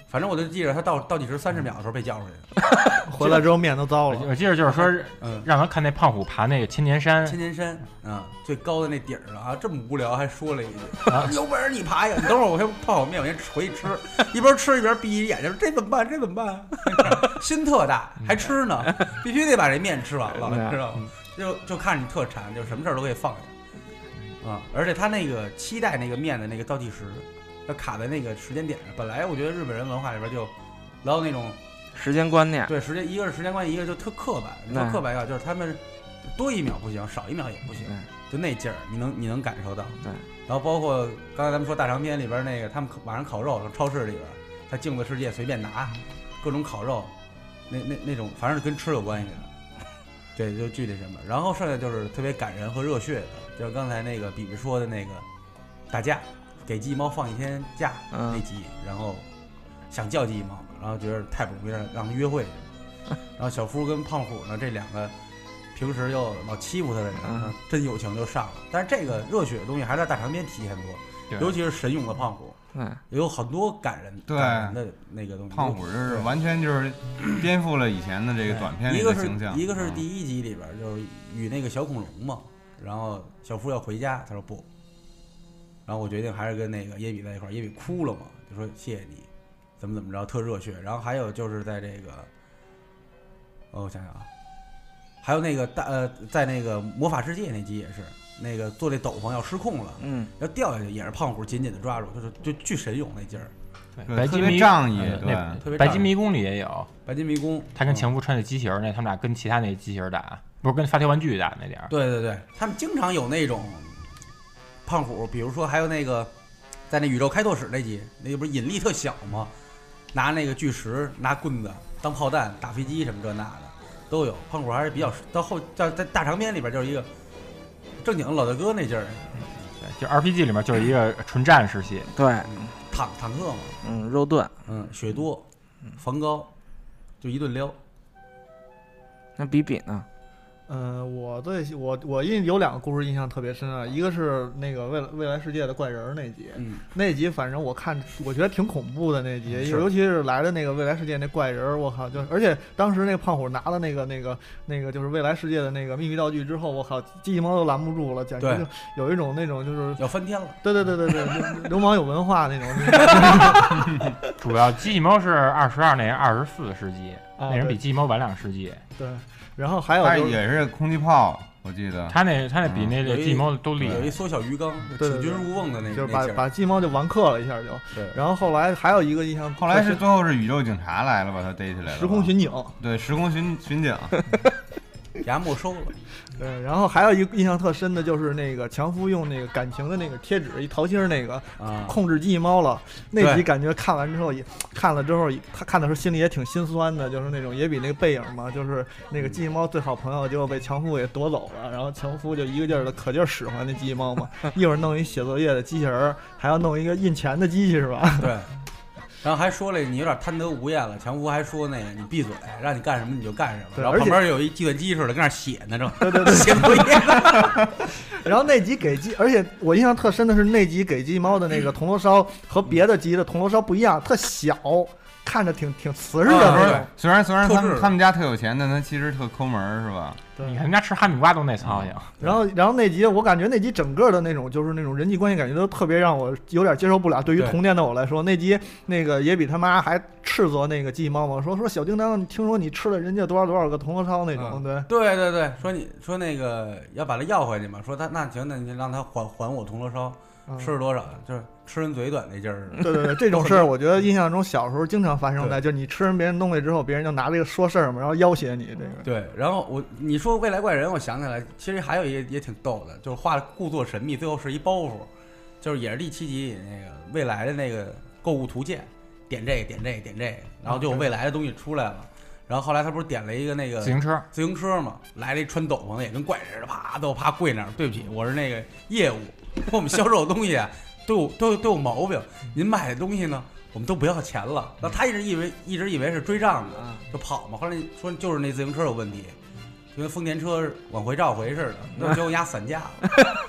反正我就记着他倒计时30秒的时候被叫出去的， 回来之后面都糟了。 我记得就是说，让他看那胖虎爬那个千年山， 最高的那顶儿啊，这么无聊还说了一句，有本事你爬呀！你等会儿我先泡好面，我先回去吃，一边吃一边闭着眼睛，这怎么办？这怎么办？心特大，还吃呢，必须得把这面吃完了，知道吗？就看你特馋，就什么事儿都可以放下啊！而且他那个期待那个面的那个倒计时。要卡在那个时间点上。本来我觉得日本人文化里边就老有那种时间观念， 对一个是时间观念，一个就特刻板。你说刻板就是他们多1秒不行，少1秒也不行，就那劲儿，你能感受到。 对。 然后包括刚才咱们说大长篇里边那个，他们晚上烤肉，超市里边在镜子世界随便拿各种烤肉，那种反正跟吃有关系的。对，就具体什么。然后剩下就是特别感人和热血的，就是刚才那个比比说的那个打架。给鸡猫放1天假那集，然后想叫鸡猫，然后觉得太不容易让他约会去了。然后小夫跟胖虎呢，这2个平时又老欺负他的人，真友情就上了。但是这个热血的东西还是在大长篇体现多，尤其是神勇的胖虎，也有很多感人的那个东西。 胖虎是完全就是颠覆了以前的这个短片里的形象。 一个是第1集里边就是与那个小恐龙嘛，然后小夫要回家，他说不。然后我决定还是跟那个耶比在一块儿，耶比哭了嘛，就说谢谢你，怎么着，特热血。然后还有就是在这个，我想想啊，还有那个在那个魔法世界那集也是，那个坐那斗篷要失控了，要掉下去，也是胖虎紧紧的抓住，就巨神勇那劲儿。 对，白金迷仗义， 对，白金迷宫里也有， 白金迷宫， 他跟强夫穿的机器人那，他们俩跟其他那机器人打，不是跟发条玩具打那点儿。 对，他们经常有那种。胖虎，比如说还有那个，在那宇宙开拓史那集，那个不是引力特小吗？拿那个巨石、拿棍子当炮弹打飞机什么这那的都有。胖虎还是比较到后在大长篇里边就是一个正经的老大哥那劲儿。 对，就 RPG 里面就是一个纯战士系。 对， 坦克嘛， 肉盾， 血多，防高，就一顿撩。 那比呢？ 我有2个故事印象特别深啊，一个是那个未来世界的怪人那集，那集反正我觉得挺恐怖的那集，尤其是来的那个未来世界那怪人，我靠，而且当时那个胖虎拿了那个就是未来世界的那个秘密道具之后，我靠，机器猫都拦不住了，简直就有一种那种就是要翻天了， 对，流氓有文化那种。 主要机器猫是22，那人24世纪，那人比机器猫晚2世纪。 对。然后还有他也是空气炮，我记得他那比那个鸡猫都厉害， 有一缩小鱼缸，请君入瓮的那， 就是把鸡猫就完克了一下就。对。然后后来还有一个印象， 后来最后是宇宙警察来了，把他逮起来了。 时空巡警。对， 时空巡警。 牙没收了。 对，然后还有一个印象特深的就是那个强夫用那个感情的那个贴纸一桃心那个控制机器猫了，那集感觉看了之后，他看的时候心里也挺心酸的，就是那种也比那个背影嘛，就是那个机器猫最好朋友就被强夫给夺走了，然后强夫就一个劲儿的可劲儿使唤那机器猫嘛，一会儿弄一写作业的机器人，还要弄一个印钱的机器是吧？ 对。然后还说了你有点贪得无厌了，强夫还说那个你闭嘴，让你干什么你就干什么。然后旁边有一计算机似的跟那写呢，正对写作业。 然后那集而且我印象特深的是那集给鸡猫的那个铜锣烧和别的集的铜锣烧不一样，特小，看着挺瓷实的那种。 虽然他们家特有钱，但他其实特抠门是吧？ 你看人家吃哈密瓜都那操性。 然后那集我感觉那集整个的那种就是那种人际关系感觉都特别让我有点接受不了。对于童年的我来说，那集那个也比他妈还斥责那个机器猫嘛，说小叮当，听说你吃了人家多少个铜锣烧那种， 对，说那个要把它要回去嘛，说他那行，那你让他还我铜锣烧。吃了多少？就是吃人嘴短那劲儿。 对，这种事儿我觉得印象中小时候经常发生在，就是你吃人别人东西之后，别人就拿这个说事儿嘛，然后要挟你这个。 对，然后你说未来怪人，我想起来，其实还有一个也挺逗的，就是画故作神秘，最后是一包袱，就是也是第7集那个未来的那个购物图鉴，点这个，然后就有未来的东西出来了。然后后来他不是点了一个那个自行车嘛，来了一穿斗篷的，也跟怪人似的，啪跪那儿，对不起，我是那个业务。我们销售的东西都有毛病，您买的东西呢，我们都不要钱了。那他一直以为是追账的，就跑嘛。后来说就是那自行车有问题，就跟丰田车往回召回似的，那结果压散架了。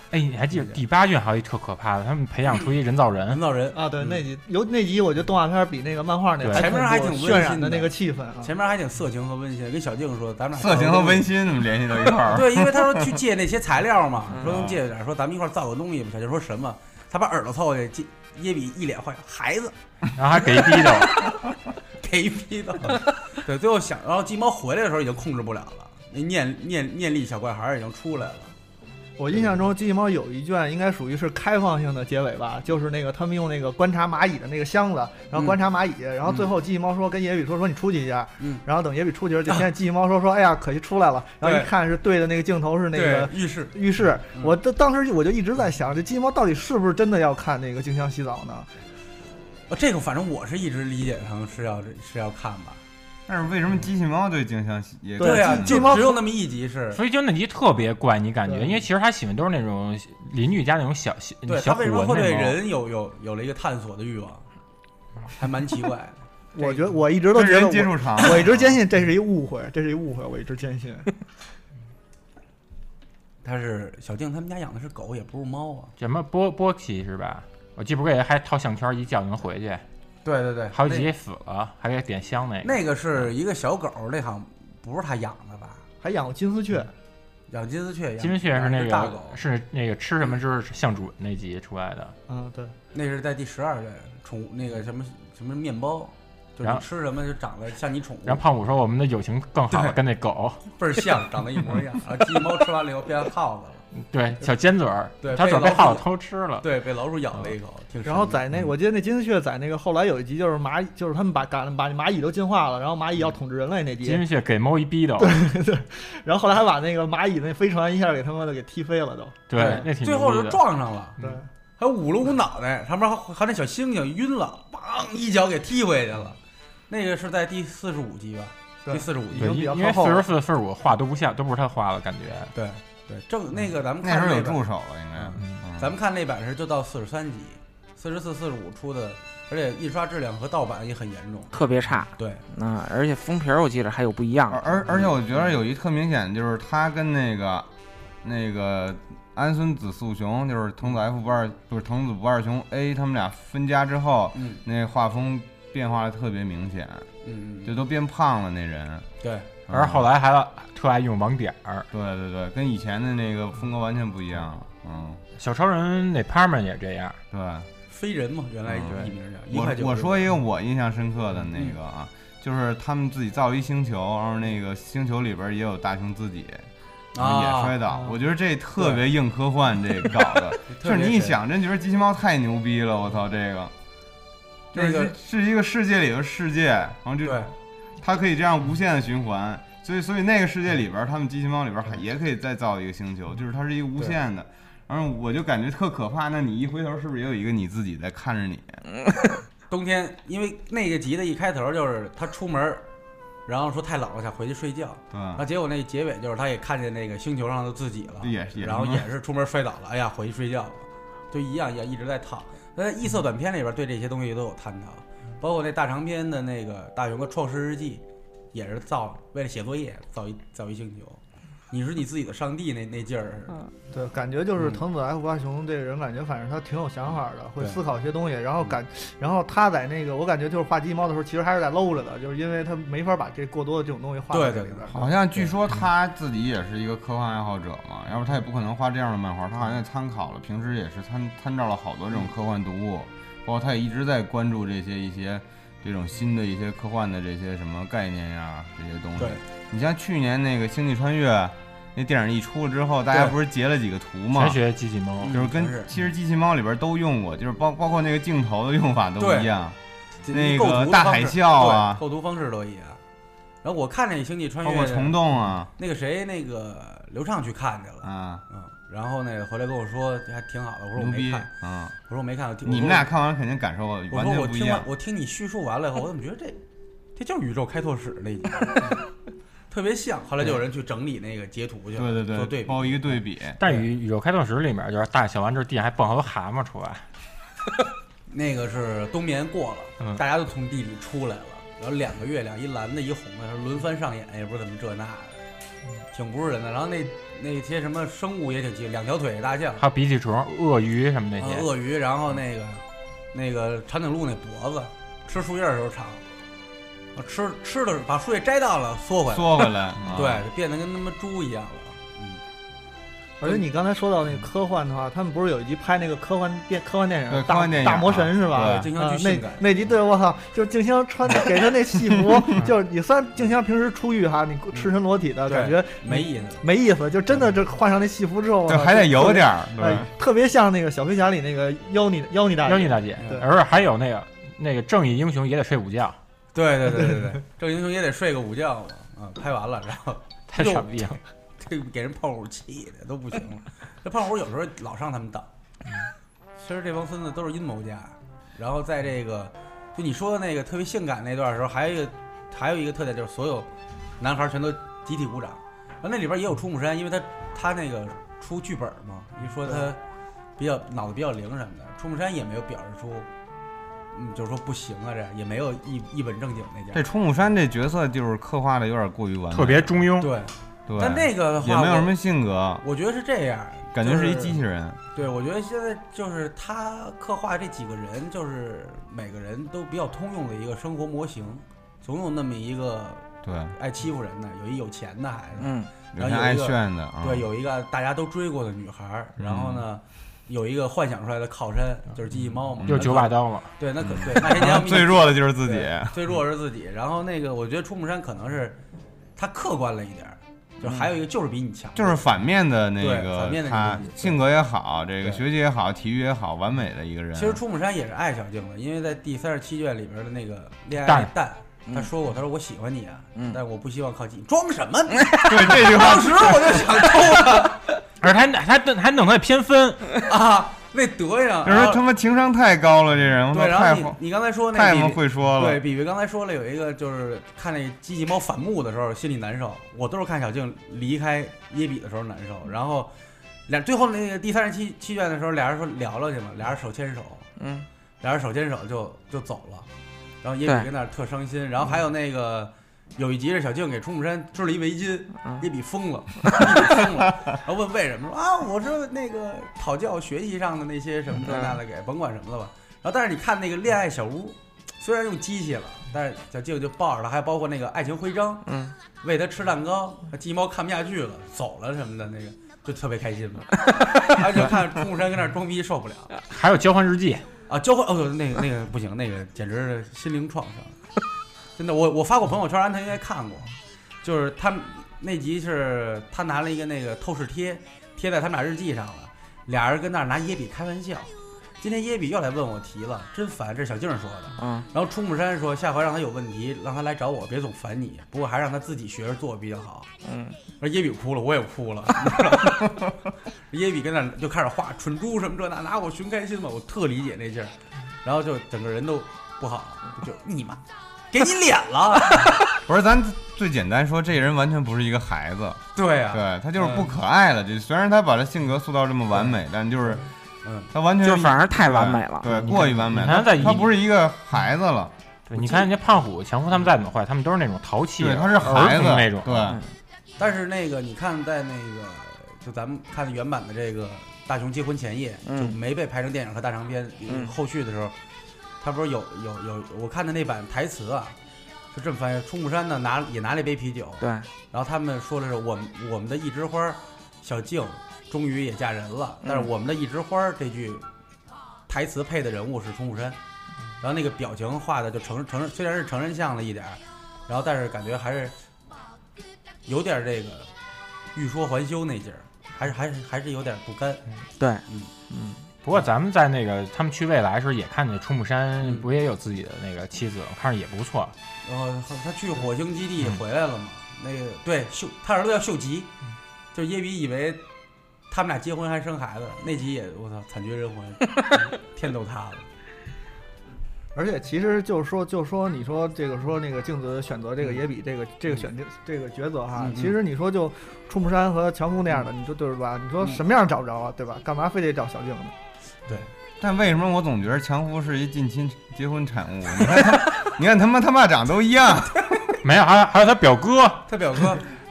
哎，你还记得第8卷还有一特可怕的，他们培养出一人造人， 人造人啊，对，那集我觉得动画片比那个漫画那对前面还挺温馨的渲染的那个气氛啊。 前面还挺色情和温馨，跟小静说咱们俩色情和温馨怎么联系到一块儿？ 对，因为他说去借那些材料嘛，说能借点，说咱们一块造个东西吧。小静说什么？他把耳朵凑过去，耶比一脸坏，孩子， 然后还给一逼斗， 给一逼斗。对，最后想，然后鸡毛回来的时候已经控制不了了，那念力小怪孩已经出来了。 我印象中机器猫有一卷应该属于是开放性的结尾吧，就是那个他们用那个观察蚂蚁的那个箱子，然后观察蚂蚁，然后最后机器猫说跟野比说你出去一下，然后等野比出去就现在机器猫说哎呀可惜出来了，然后一看是对的那个镜头是那个浴室，我当时我就一直在想这机器猫到底是不是真的要看那个静香洗澡呢？ 这个反正我是一直理解成是要看吧。 但是为什么机器猫对静香也对啊， 机器猫只有那么一集是， 所以就那集特别怪，你感觉，因为其实他喜欢都是那种邻居家那种小对他为什么会对人有了一个探索的欲望，还蛮奇怪的。 我一直都觉得人接触长， 我一直坚信这是一误会，我一直坚信。 他是小静他们家养的是狗，也不是猫啊。 什么波奇是吧？我记不给还套项圈，一觉就能回去。 对， 好几集死了，还给点香那个是一个小狗，那好像不是他养的吧？ 还养过金丝雀， 养金丝雀， 金丝雀是那个大狗， 是那个吃什么就是向主那集出来的。 对， 那是在第12卷宠物那个什么面包，就是你吃什么就长得像你宠物。 然后胖虎说我们的友情更好了，跟那狗倍儿像，长得一模一样。然后机器猫吃完了以后变耗子了。 对，小尖嘴儿， 对， 他准备耗子偷吃了， 对，被老鼠咬了一口， 然后在那，我记得那金丝雀在那个后来有一集就是蚂蚁，就是他们把蚂蚁都进化了，然后蚂蚁要统治人类那集， 金丝雀给猫一逼斗， 对，然后后来还把那个蚂蚁那飞船一下给他妈的给踢飞了都， 对，那挺最后就撞上了， 对， 还捂了捂脑袋，上面还那小猩猩晕了，梆一脚给踢回去了，那个是在第45集吧？第45集， 因为44、45画都不像，都不是他画的感觉， 对。正那个咱们看那时候有助手了，应该。 咱们看那版是就到43集，44、45出的，而且印刷质量和盗版也很严重， 特别差。 对， 而且封皮我记得还有不一样。 而且我觉得有一特明显，就是他跟那个安孙子素雄，就是藤子 F 不二，不是藤子不二雄 A， 他们俩分家之后，那画风变化的特别明显，就都变胖了那人。 对。 而后来还特爱用网点儿， 对，跟以前的那个风格完全不一样。 小超人那 Parman 也这样， 对， 飞人嘛，原来艺名叫。 我说一个我印象深刻的那个啊，就是他们自己造一星球，然后那个星球里边也有大雄自己，也摔倒。我觉得这特别硬科幻，这个搞的，就是你一想，真觉得机器猫太牛逼了，我操，这个是一个世界里的世界，然后就。它可以这样无限的循环，所以那个世界里边，他们机器猫里边也可以再造一个星球，就是它是一个无限的。然后我就感觉特可怕，那你一回头是不是也有一个你自己在看着你？ 冬天，因为那个集的一开头就是他出门，然后说太冷了想回去睡觉，然后结果那结尾就是他也看见那个星球上的自己了，然后也是出门摔倒了，哎呀回去睡觉了，就一样一直在套。在异色短片里边对这些东西都有探讨。包括那大长篇的那个大雄的创世日记，也是为了写作业造一星球，你是你自己的上帝那劲儿。 对，感觉就是藤子 F 八雄这个人，感觉反正他挺有想法的，会思考一些东西。然后他在那个，我感觉就是画机猫的时候，其实还是在搂着的，就是因为他没法把这过多的这种东西画在这里边。 好像据说他自己也是一个科幻爱好者嘛，要不他也不可能画这样的漫画。他好像也参考了，平时也是参照了好多这种科幻读物。包括他也一直在关注一些这种新的一些科幻的这些什么概念呀，这些东西。 对， 你像去年那个《星际穿越》那电影一出了之后，大家不是截了几个图吗？ 全学机器猫， 就是其实机器猫里边都用过，就是包括那个镜头的用法都一样，那个大海啸啊， 构图方式都一样。然后我看那《星际穿越》， 包括虫洞啊， 那个谁，那个刘畅去看去了啊， 然后那个回来跟我说还挺好的，我说我没看，我说我没看， 你们俩看完肯定感受完全不一样。 我听你叙述完了以后，我怎么觉得这就是宇宙开拓史那一集，特别像。后来就有人去整理那个截图去了， 对， 做对比， 包一个对比。 但宇宙开拓史里面就是大小完之后地上还蹦好多蛤蟆出来， 那个是冬眠过了，大家都从地里出来了，然后2个月亮，一蓝的一红的，轮番上演，也不知道怎么这那的。 挺不是人的。然后那些什么生物也挺奇，2条腿大象， 还有鼻涕虫、鳄鱼什么那些。 鳄鱼，然后那个长颈鹿那脖子，吃树叶的时候长，吃的把树叶摘到了缩回来，对，变得跟他妈猪一样了。 而且你刚才说到那个科幻的话，他们不是有一集拍那个科幻电影科幻电影大魔神是吧？ 静香巨性感那集，对，我操，就是静香穿给他那戏服，就是你虽然静香平时出狱哈，你赤身裸体的感觉没意思， 就真的这换上那戏服之后， 就还得有点儿，对， 特别像那个小飞侠里那个妖妮大姐， 而且还有那个正义英雄也得睡午觉。 对，正义英雄也得睡个午觉嘛，拍完了然后太傻逼了。 给人胖虎气的都不行了，这胖虎有时候老上他们当。其实这帮孙子都是阴谋家。然后在这个就你说的那个特别性感那段的时候，还有一个特点就是所有男孩全都集体鼓掌。然后那里边也有出木山，因为他那个出剧本嘛，一说他脑子比较灵什么的，出木山也没有表示出。就是说不行啊，这也没有一本正经那家。 这出木山这角色就是刻画的有点过于完美， 特别中庸。 对。但那个的话也没有什么性格， 我觉得是这样， 感觉是一机器人。 对，我觉得现在就是他刻画这几个人，就是每个人都比较通用的一个生活模型，总有那么一个对爱欺负人的，有一有钱的孩子， 有一个爱炫的， 对，有一个大家都追过的女孩，然后呢。有一个幻想出来的靠山，就是机器猫嘛， 就是9把刀了。 对，那些年最弱的就是自己， 最弱是自己。然后那个，我觉得出木山可能是他客观了一点，就还有一个就是比你强， 就是反面的那个， 反面的他性格也好，这个学习也好，体育也好，完美的一个人。 其实出木山也是爱小静的，因为在第37卷里边的那个恋爱蛋。他说过，他说我喜欢你啊，但是我不希望靠近。装什么？ 对这句话， 当时我就想偷他， 而还弄他偏分啊，那德行， 就是他妈情商太高了，这人。 对，然后你刚才说那太他妈会说了。 对，比比刚才说了有一个就是看那机器猫反目的时候心里难受，我都是看小静离开耶比的时候难受。然后最后那个第37卷的时候，俩人说聊了去嘛，俩人手牵手，俩人手牵手就走了。然后耶比跟那儿特伤心，然后还有那个有一集是小静给出木山织了一围巾，耶比疯了，然后问为什么，说啊，我说那个讨教学习上的那些什么这那的给，甭管什么了吧。然后但是你看那个恋爱小屋，虽然用机器了，但是小静就抱着他，还包括那个爱情徽章，喂他吃蛋糕，鸡毛看不下去了，走了什么的那个。就特别开心嘛，他就看出木山跟那儿装逼受不了， 还有交换日记。 啊，交换那个不行，那个简直是心灵创伤，真的。我发过朋友圈，安藤应该看过，就是他那集是他拿了一个那个透视贴在他们俩日记上了，俩人跟那儿拿耶比开玩笑。今天耶比又来问我题了，真烦，这是小静说的。然后出木山说下回让他有问题，让他来找我，别总烦你。不过还让他自己学着做比较好。而耶比哭了，我也哭了。耶比跟那就开始画蠢猪什么这那，拿我寻开心嘛，我特理解那劲儿。然后就整个人都不好，就你妈，给你脸了。 不是，咱最简单说，这人完全不是一个孩子。 对啊， 对他就是不可爱了。就虽然他把他性格塑造这么完美，但就是。他完全就反而太完美了， 对，过于完美。 他不是一个孩子了。 对，你看人家胖虎、强夫他们再怎么坏，他们都是那种淘气， 对，他是孩子那种。 对， 但是那个你看，在那个就咱们看原版的这个大雄结婚前夜，就没被拍成电影和大长篇。后续的时候，他不是有我看的那版台词啊，是这么翻译：出木山呢也拿了一杯啤酒， 对， 然后他们说的是我们的一枝花小静。终于也嫁人了，但是我们的一枝花这句台词配的人物是出木山，然后那个表情画的就虽然是成人像了一点，然后但是感觉还是有点这个欲说还休那劲儿，还是有点不甘。 对， 不过咱们在那个他们去未来时也看见出木山不也有自己的那个妻子，我看着也不错。 然后他去火星基地回来了嘛？那个对他儿子叫秀吉，就耶比以为。他们俩结婚还生孩子，那集也我操惨绝人寰，天都塌了。 而且其实就是说你说这个说那个镜子选择这个也比这个这个抉择哈，其实你说就出木山和强夫那样的，你说对吧？你说什么样找不着啊，对吧？干嘛非得找小静呢？ 对。 但为什么我总觉得强夫是一近亲结婚产物？你看他妈长都一样。 没有，还有他表哥，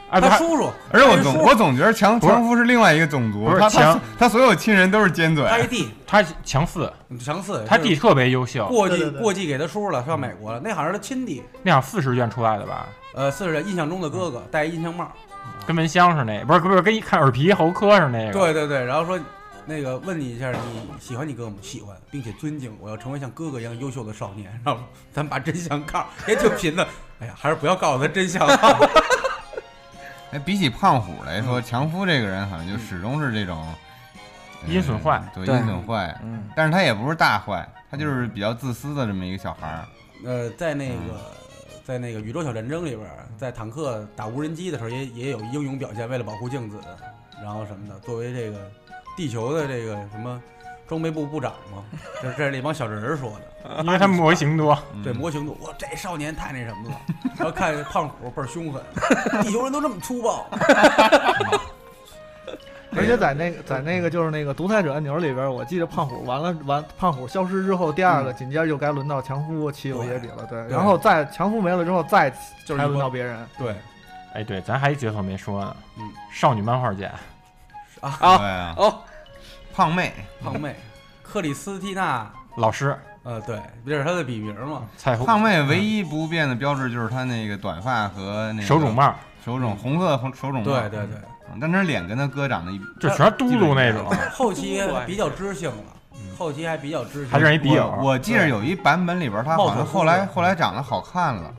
啊， 他叔叔， 而且我我总觉得强夫是另外一个种族，他所有亲人都是尖嘴。 他一弟， 他强四， 他弟特别优秀， 过继给他叔了，上美国了，那好像是他亲弟， 那好像40卷出来的吧 ？40卷，印象中的哥哥戴印象帽， 跟蚊香似的，不是，跟一看耳皮喉科似那个。 对，然后说。那个问你一下，你喜欢你哥吗？喜欢，并且尊敬。我要成为像哥哥一样优秀的少年。然后咱把真相告，也挺贫的。哎呀，还是不要告诉他真相吧。 哎，比起胖虎来说，强夫这个人好像就始终是这种阴损坏， 对，阴损坏。但是他也不是大坏，他就是比较自私的这么一个小孩儿。 在那个宇宙小战争里边，在坦克打无人机的时候，也有英勇表现，为了保护镜子，然后什么的，作为这个。地球的这个什么装备部部长嘛，这是那帮小人说的， 因为他模型多， 对模型多，哇，这少年太那什么了。然后看胖虎倍儿凶狠，地球人都这么粗暴。 而且在那个就是那个独裁者按钮里边，我记得胖虎胖虎消失之后，第二个紧接着就该轮到强夫欺负耶比了，对，然后再强夫没了之后，再就是轮到别人， 对， 哎对，咱还一角色没说呢，少女漫画家。 胖妹， 克里斯蒂娜老师， 对，这是她的笔名嘛。 胖妹唯一不变的标志就是她那个短发和那个手冢帽， 红色手冢帽。 对， 但是脸跟她哥长得就全嘟噜那种。 后期比较知性了， 还是一笔友。 我记着有一版本里边，她好像后来长得好看了。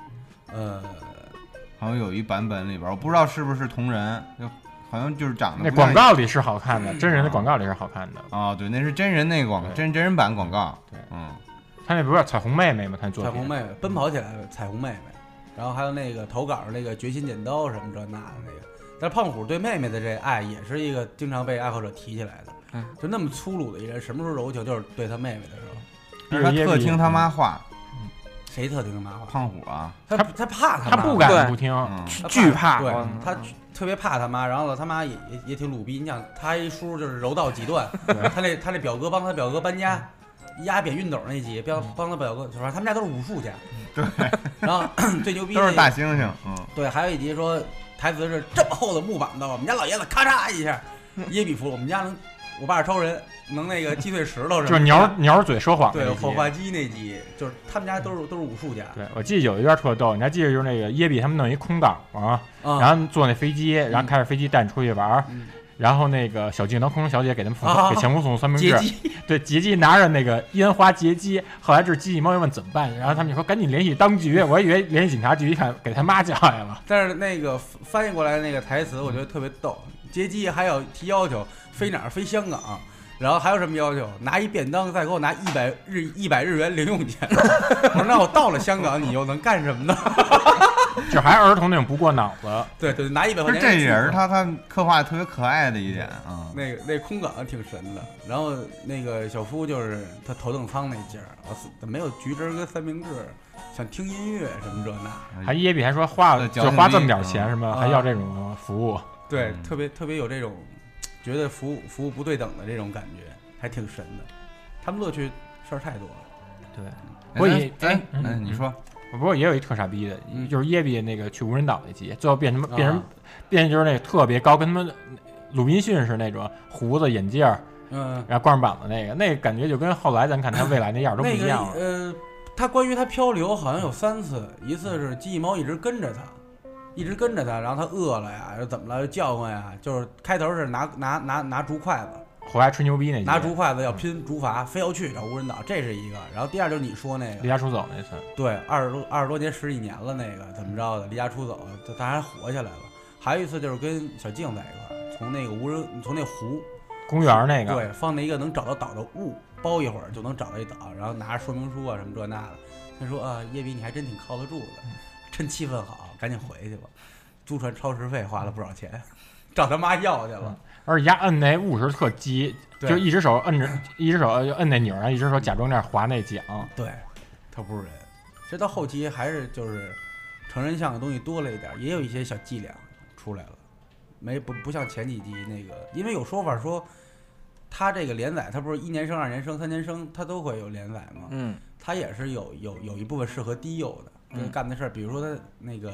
好像有一版本里边，我不知道是不是同人。好像就是长得那广告里是好看的，真人的广告里是好看的啊。对，那是真人那个真人版广告。 对，他那不是彩虹妹妹吗？他做彩虹妹妹奔跑起来，彩虹妹妹，然后还有那个投稿那个绝心剪刀什么这那的那个。但是胖虎对妹妹的这爱也是一个经常被爱好者提起来的。就那么粗鲁的一人，什么时候柔情就是对他妹妹的时候。 他特听他妈话。 谁特听他妈话？ 胖虎啊， 他怕他妈， 他不敢不听， 惧怕。 对，他特别怕他妈，然后他妈也挺鲁逼。你想，他一叔就是柔道几段，他那表哥帮他表哥搬家，压扁熨斗那集，帮他表哥，就是他们家都是武术家。 对， 然后最牛逼都是大猩猩。 对，还有一集说台词是这么厚的木板刀，我们家老爷子咔嚓一下，耶比服，我们家我爸是超人。能那个击碎石头， 就是鸟嘴说谎。 对，火化机那集，就是他们家都是武术家。 对，我记得有一段特逗，你还记得就是那个耶比他们弄一空港啊，然后坐那飞机，然后开着飞机带你出去玩，然后那个小镜头空中小姐给他们给强夫送三明治，对，杰基拿着那个烟花劫机，后来这机器猫又问怎么办，然后他们就说赶紧联系当局，我以为联系警察局，一看给他妈叫来了。 但是那个翻译过来那个台词，我觉得特别逗，劫机还要提要求，飞哪儿？飞香港。然后还有什么要求？拿一便当，再给我拿100日元零用钱。我说那我到了香港，你又能干什么呢？ 就还是儿童那种不过脑子。 对，拿100块钱。 这人他刻画的特别可爱的一点啊。 那空港挺神的。然后那个小夫就是他头等舱那劲儿，没有橘汁跟三明治，想听音乐什么这那。 还耶比还说花这么点钱什么，还要这种服务。 对，特别有这种。觉得服务不对等的这种感觉还挺神的，他们乐趣事儿太多了。 对，不过你说， 不过也有一特傻逼的，就是耶比那个去无人岛那集，最后变就是那个特别高，跟他们鲁滨逊是那种胡子眼镜然后光着膀子那个感觉就跟后来咱看他未来那样都不一样了。 他关于他漂流好像有3次，一次是机器猫一直跟着他。然后他饿了呀，又怎么了？又叫唤呀，就是开头是拿竹筷子， 回来吹牛逼那集， 拿竹筷子要拼竹筏，非要去找无人岛，这是一个。然后第二就是你说那个离家出走那次， 对，20多年10几年了，那个怎么着的？离家出走，他还活下来了。还有一次就是跟小静在一块儿，从那湖公园那个， 对，放那一个能找到岛的雾，包一会儿就能找到一岛，然后拿着说明书啊什么这那的。他说啊，叶比你还真挺靠得住的。趁气氛好，赶紧回去吧。租船超时费花了不少钱，找他妈要去了。 而且丫摁那物是特急，就一只手摁那钮，然后一只手假装那划那桨。 对，他不是人。其实到后期还是就是成人像的东西多了一点，也有一些小伎俩出来了。不像前几集那个，因为有说法说他这个连载，他不是1年生、2年生、3年生，他都会有连载嘛。他也是有一部分适合低幼的。干的事儿，比如说他那个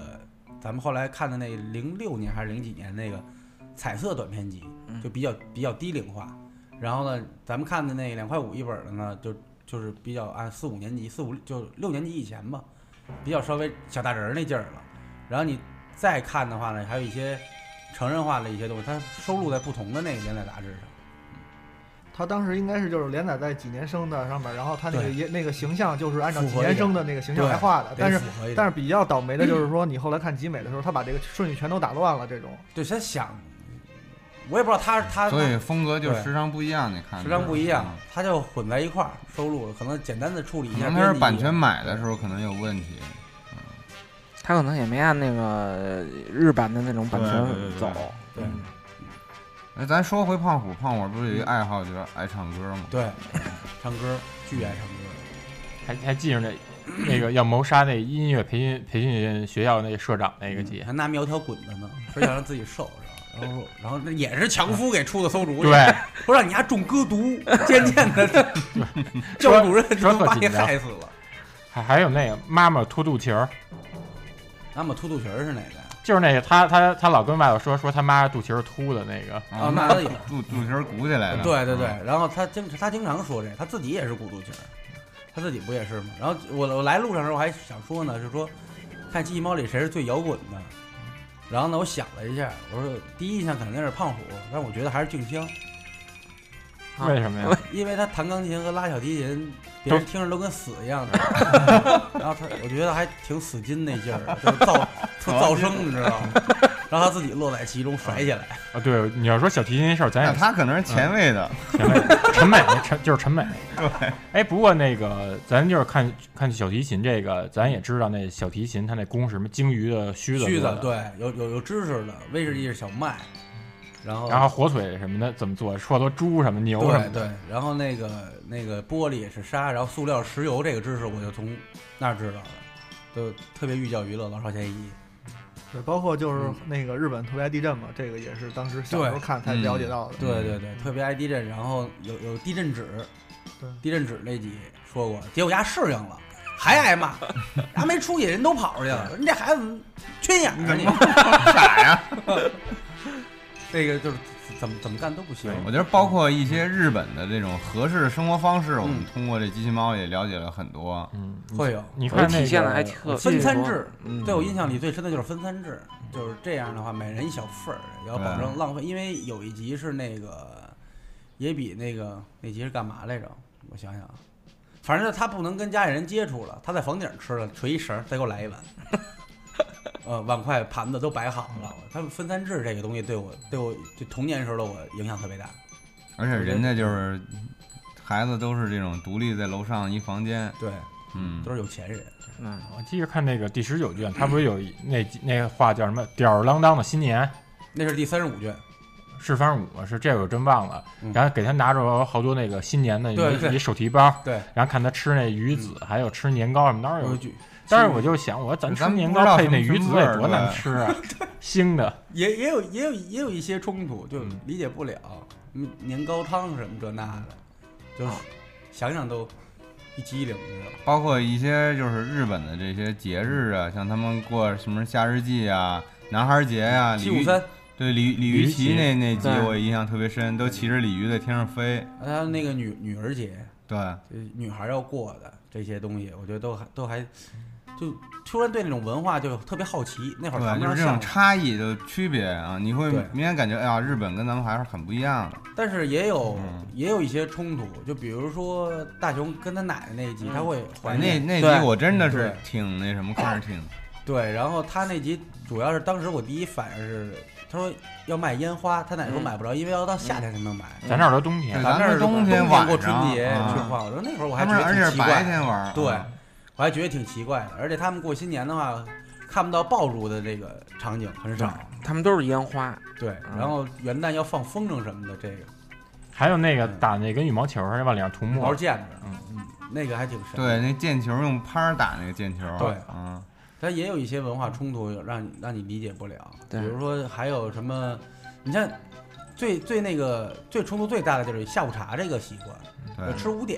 咱们后来看的那06年还是零几年那个彩色短篇集，就比较低龄化。然后呢，咱们看的那2块5一本的呢，就是比较按4、5年级、4、5就6年级以前吧，比较稍微小大人那劲儿了。然后你再看的话呢，还有一些成人化的一些东西，它收录在不同的那个连载杂志上。 他当时应该是就是连载在几年生的上面，然后他那个形象就是按照几年生的那个形象来画的，但是比较倒霉的就是说，你后来看集美的时候，他把这个顺序全都打乱了。这种对，他想，我也不知道他， 所以风格就时常不一样。你看， 时常不一样，他就混在一块儿收录了，可能简单的处理一下。 可能他是版权买的时候可能有问题， 他可能也没按那个日版的那种版权走。 对。 那咱说回胖虎不是有一爱好就是爱唱歌吗？ 对，唱歌巨爱唱歌， 还记着那个要谋杀那音乐培训学校那社长那个集， 还拿苗条滚的呢，说想让自己瘦，然后那也是强夫给出的馊主意， 对， 说让你家中歌毒，渐渐的教主任就把你害死了。 还有那个妈妈秃肚脐儿， 妈妈秃肚脐儿是哪个？ 就是那个他老跟外头说他妈肚脐儿秃的那个啊，那也肚脐儿鼓起来的。 对，然后他经常说这，他自己也是鼓肚脐儿，他自己不也是吗？然后我来路上的时候我还想说呢，是说看机器猫里谁是最摇滚的。然后呢，我想了一下，我说第一印象肯定是胖虎，但是我觉得还是静香。 为什么呀？ 因为他弹钢琴和拉小提琴，别人听着都跟死一样的。然后我觉得还挺死劲那劲儿，就是噪声，你知道吗？然后他自己乐在其中甩起来。 啊，对，你要说小提琴那事儿，咱也他可能是前卫的， 陈美，就是陈美。对，哎，不过那个咱就是看小提琴这个，咱也知道那小提琴它那弓是什么鲸鱼的须子， 对，有知识的，威士忌是小麦。然后火腿什么的怎么做？说多猪什么牛什么的。 对，然后那个玻璃是沙，然后塑料石油这个知识我就从那儿知道的，就特别寓教于乐，老少咸宜。 对，包括就是那个日本特别爱地震嘛，这个也是当时小时候看才了解到的。 对，特别爱地震，然后有地震纸，地震纸那集说过，结果丫适应了。还挨骂，还没出息，人都跑出去了。人这孩子缺眼啊，你傻呀！ 这个就是怎么干都不行。 我觉得包括一些日本的这种合适的生活方式，我们通过这机器猫也了解了很多。 会有。 你看体现的还特分餐制，对我印象里最深的就是分餐制，就是这样的话，每人一小份儿，要保证浪费。因为有一集是那个，也比那集是干嘛来着？我想想，反正他不能跟家里人接触了，他在房顶吃了，垂一绳，再给我来一碗。碗筷盘子都摆好了。他们分餐制这个东西对我就童年时候的我影响特别大。 而且人家就是孩子都是这种独立在楼上一房间， 对，都是有钱人。 我记着看那个第19卷，他不是有那个话叫什么吊儿郎当的新年？ 那是第35卷。 是35是这个我真忘了。然后给他拿着好多那个新年的一手提包， 对， 然后看他吃那鱼子，还有吃年糕什么，当然有。但是我就想，咱吃年糕配那鱼子得多难吃啊！腥的， 也有一些冲突，就理解不了。年糕汤什么这那的，就是想想都一激灵，你知道吗？ 包括一些就是日本的这些节日啊，像他们过什么夏日祭啊、男孩节啊、 753。 对鲤鱼旗那集我印象特别深，都骑着鲤鱼在天上飞。 还有那个女儿节， 对， 女孩要过的这些东西，我觉得都还就突然对那种文化就特别好奇。那会儿对，就是这种差异的区别啊，你会明显感觉，哎呀，日本跟咱们还是很不一样的。 但是也有一些冲突，就比如说大雄跟他奶奶那一集，他会怀念那集我真的是挺那什么，看着挺对。然后他那集主要是当时我第一反应是。他说要卖烟花，他奶奶说买不着，因为要到夏天才能买。 咱这儿都冬天， 咱这儿冬天晚上过春节去晃。我说那会儿我还觉得挺奇怪， 而且白天玩。 对，我还觉得挺奇怪的。而且他们过新年的话，看不到爆竹的这个场景很少， 他们都是烟花。 对，然后元旦要放风筝什么的，这个还有那个打那跟羽毛球似的往脸上涂墨， 毛毽子，那个还挺神。 对，那毽球用拍打那个毽球， 对，它也有一些文化冲突，让你理解不了。比如说还有什么，你像最冲突最大的就是下午茶这个习惯，吃5点，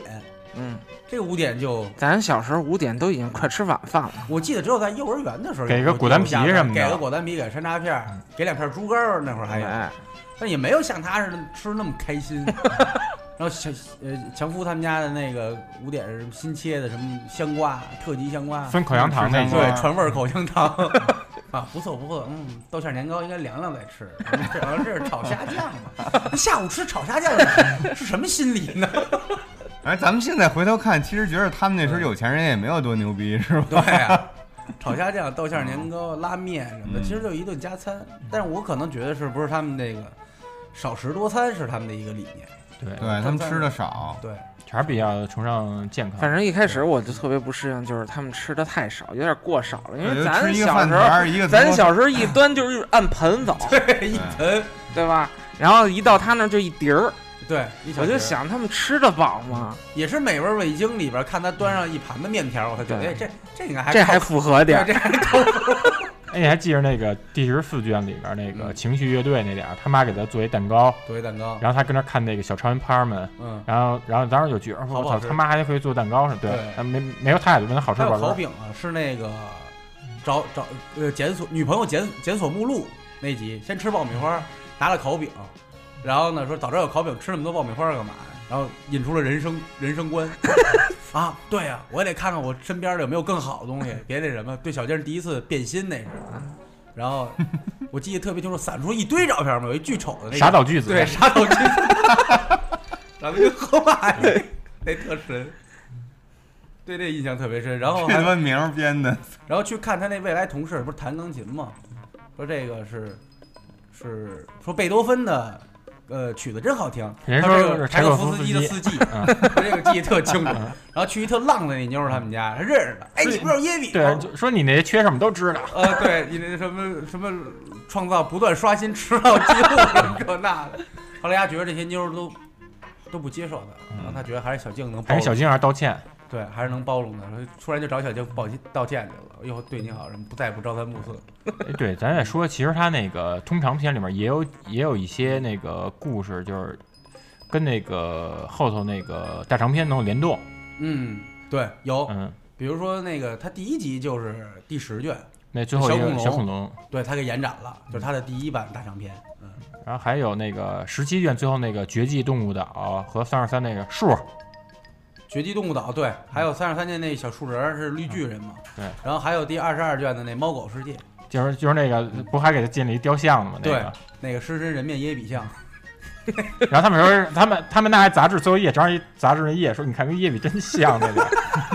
这个5点就， 咱小时候5点都已经快吃晚饭了。 我记得只有在幼儿园的时候给个果丹皮什么的， 给个果丹皮，给山楂片，给2片猪肝儿，那会儿还有，但也没有像他似的吃那么开心。然后强夫他们家的那个5点是新切的什么香瓜，特级香瓜， 分口香糖那种， 对，传味口香糖。啊，不错不错，豆馅年糕应该凉凉再吃，这好像是炒虾酱吧？下午吃炒虾酱是什么心理呢？ 哎，咱们现在回头看，其实觉得他们那时候有钱人也没有多牛逼，是吧？ 对啊，炒虾酱、豆馅年糕、拉面什么的，其实就一顿加餐。但是我可能觉得是不是他们那个少食多餐是他们的一个理念？ 对，他们吃的少， 对， 还是比较崇尚健康。 反正一开始我就特别不适应，就是他们吃的太少，有点过少了。因为咱小时候一端就是按盆走， 对，一盆， 对吧？然后一到他那就一碟儿， 对， 我就想他们吃得饱吗？ 也是美味味精里边看他端上一盘的面条，我才觉得这应该还符合点， 这还靠谱。 哎，你还记着那个第14卷里边那个情绪乐队那点儿，他妈给他做一蛋糕，然后他跟那看那个小超人派们，然后当时就觉得我操，他妈还会做蛋糕是？对，没有态度，跟他好吃不？ 烤饼啊，是那个找女朋友检索目录那集，先吃爆米花，拿了烤饼，然后呢说早知道有烤饼，吃那么多爆米花干嘛？然后引出了人生观啊，对呀，我也得看看我身边的有没有更好的东西，别那什么。对小静第一次变心那是，然后我记得特别清楚，散出一堆照片嘛，有一巨丑的那个傻岛巨子， 对，傻岛巨子，长得跟河马一样，那特神，对这印象特别深。然后这他妈名编的， 然后去看他那未来同事，不是弹钢琴嘛，说这个是说贝多芬的。曲子真好听， 人说这个柴可夫斯基的四季，这个记忆特清楚。然后去一特浪的那妞他们家，他认识的。哎，你不知道耶比？ 对，说你那缺什么都知道。 对你那什么创造不断刷新迟到记录什么这那的。后来他觉得这些妞都不接受他，然后他觉得还是小静能， 还是小静道歉。 对，还是能包容的。突然就找小静道歉去了，以后对你好，什么再也不朝三暮四。 对，咱也说，其实他那个通常片里面也有一些那个故事，就是跟那个后头那个大长篇能有联动。 对，有。比如说那个他第1集就是第10卷， 那最后一个小恐龙， 对他给延展了，就是他的第1版大长篇。 然后还有那个17卷最后那个绝技动物岛和33那个树。 绝技动物岛，对，还有33卷那小树人是绿巨人嘛， 对， 然后还有第22卷的那猫狗世界， 就是那个不还给他建立一雕像了吗？ 对，那个狮身人面耶比像。 然后他们说他们那还杂志最后一页，正好一杂志那页说你看跟耶比真像那个。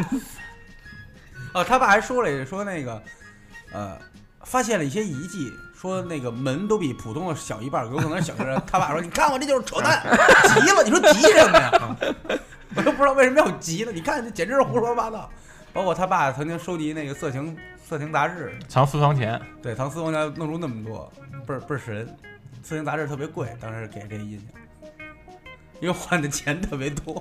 他爸还说了，说那个发现了一些遗迹，说那个门都比普通的小一半，有可能是小人。他爸说你看我这就是扯淡，急了，你说急什么呀？我都不知道为什么要急了，你看这简直是胡说八道。包括他爸曾经收集那个色情杂志， 藏私房钱， 对，藏私房钱弄出那么多，倍儿神。色情杂志特别贵，当时给这印象，因为换的钱特别多。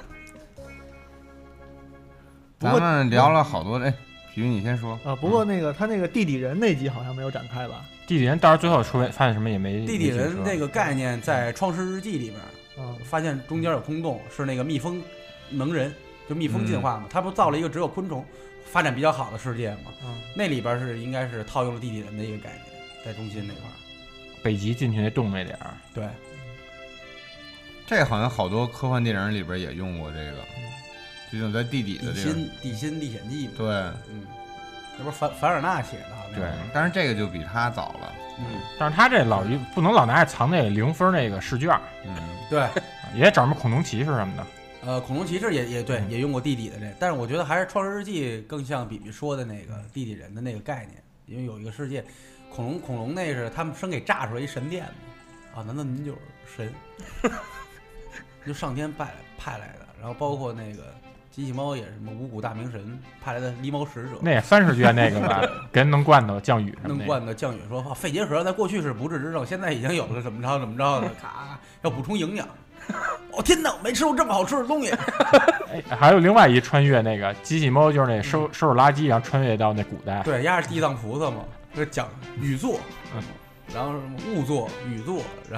咱们聊了好多，体育你先说啊。不过那个他那个地底人那集好像没有展开吧？ 地底人到时最后发现什么也没。 地底人这个概念在《创世日记》里边。发现中间有空洞，是那个蜜蜂能人，就蜜蜂进化嘛，他不造了一个只有昆虫发展比较好的世界嘛？那里边应该是套用了地底人的一个概念，在中心那块儿， 北极进去那洞那点儿。 对， 这好像好多科幻电影里边也用过这个，这种在地底的这个地心历险记嘛。 对， 这不是凡尔纳写的？ 对，但是这个就比他早了。 但是他这不能老拿着藏那个0分那个试卷。 对， 也找什么恐龙骑士什么的。 恐龙骑士也对，也用过地底的这，但是我觉得还是《创世日记》更像比比说的那个地底人的那个概念，因为有一个世界，恐龙那是他们生给炸出来一神殿嘛？难道您就是神？就上天派来的，然后包括那个机器猫也是什么五谷大明神派来的狸猫使者， 那也30卷那个吧，给人弄罐头降雨什么的。 弄罐头降雨说肺结核在过去是不治之症，现在已经有了怎么着的，咔要补充营养。天哪，没吃过这么好吃的东西。 还有另外一穿越那个机器猫，就是那收拾垃圾，然后穿越到那古代。 对，压是地藏菩萨嘛，这讲雨座，然后什么物座、雨座，然后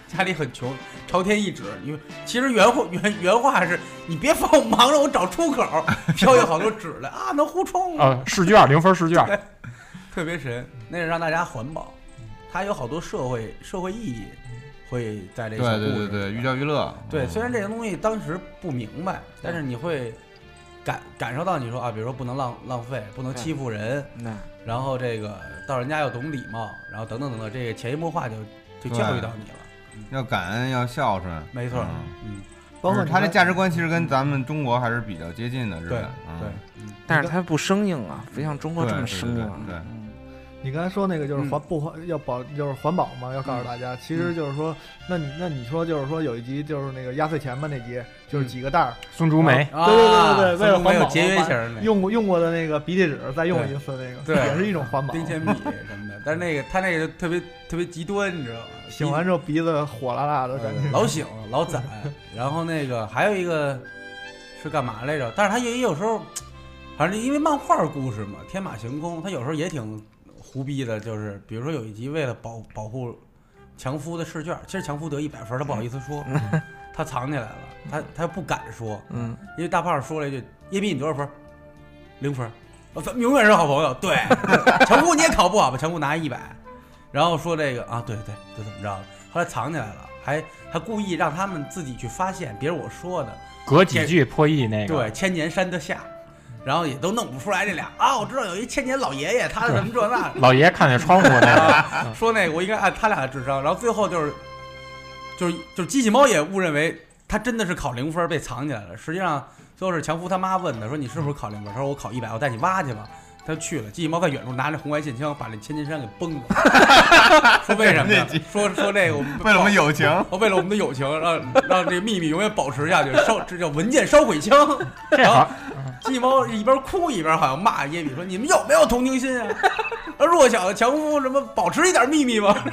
家里很穷，朝天一指，因为其实原话是你别帮我忙，让我找出口，飘下好多纸来啊，能互冲试卷0分试卷， 特别神。那是让大家环保，它有好多社会意义会在这个小故事对，寓教于乐。 对，虽然这个东西当时不明白，但是你会感受到你说啊，比如说不能浪费，不能欺负人，然后这个到人家要懂礼貌，然后等等，这个潜移默化就教育到你了。 要感恩，要孝顺， 没错。 包括他的价值观其实跟咱们中国还是比较接近的，日本。 对， 但是它不生硬啊，不像中国这么生硬。 对。 你刚才说那个就是就是环保嘛，要告诉大家，其实就是说，那你说就是说有一集就是那个压岁钱吧，那集就是几个袋儿， 松竹梅， 对，为了环保节约型用过的那个鼻涕纸再用一次，那个对， 也是一种环保。 冰铅笔什么的，但是他那个特别极端，你知道吗？ 醒完之后鼻子火辣辣的感觉， 老醒老攒。然后那个还有一个是干嘛来着？但是他也有时候，反正因为漫画故事嘛，天马行空，他有时候也挺胡逼的，就是比如说有一集为了保护强夫的试卷，其实强夫得100分，他不好意思说，他藏起来了，他又不敢说，因为大胖说了一句：“叶斌你多少分？0分。”咱们永远是好朋友。对，强夫你也考不好吧？强夫拿100，然后说这个啊，对，就怎么着？后来藏起来了，还故意让他们自己去发现，别是我说的， 隔几句破译那个， 对，千年山的下。然后也都弄不出来这俩啊！我知道有一千年老爷爷，他什么这那， 老爷爷看见窗户那个， 说那个我应该按他俩的智商。然后最后就是机器猫也误认为他真的是考0分被藏起来了，实际上最后是强夫他妈问他说你是不是考0分？他说我考100，我带你挖去吧。他就去了，机器猫在远处拿着红外线枪把那千年山给崩了。说为什么呢？说这个我们为了我们友情， 为了我们的友情，让这秘密永远保持下去。这叫文件烧毁枪。然后机器猫一边哭一边好像骂耶比说：“你们有没有同情心啊？弱小的强夫什么保持一点秘密吗？”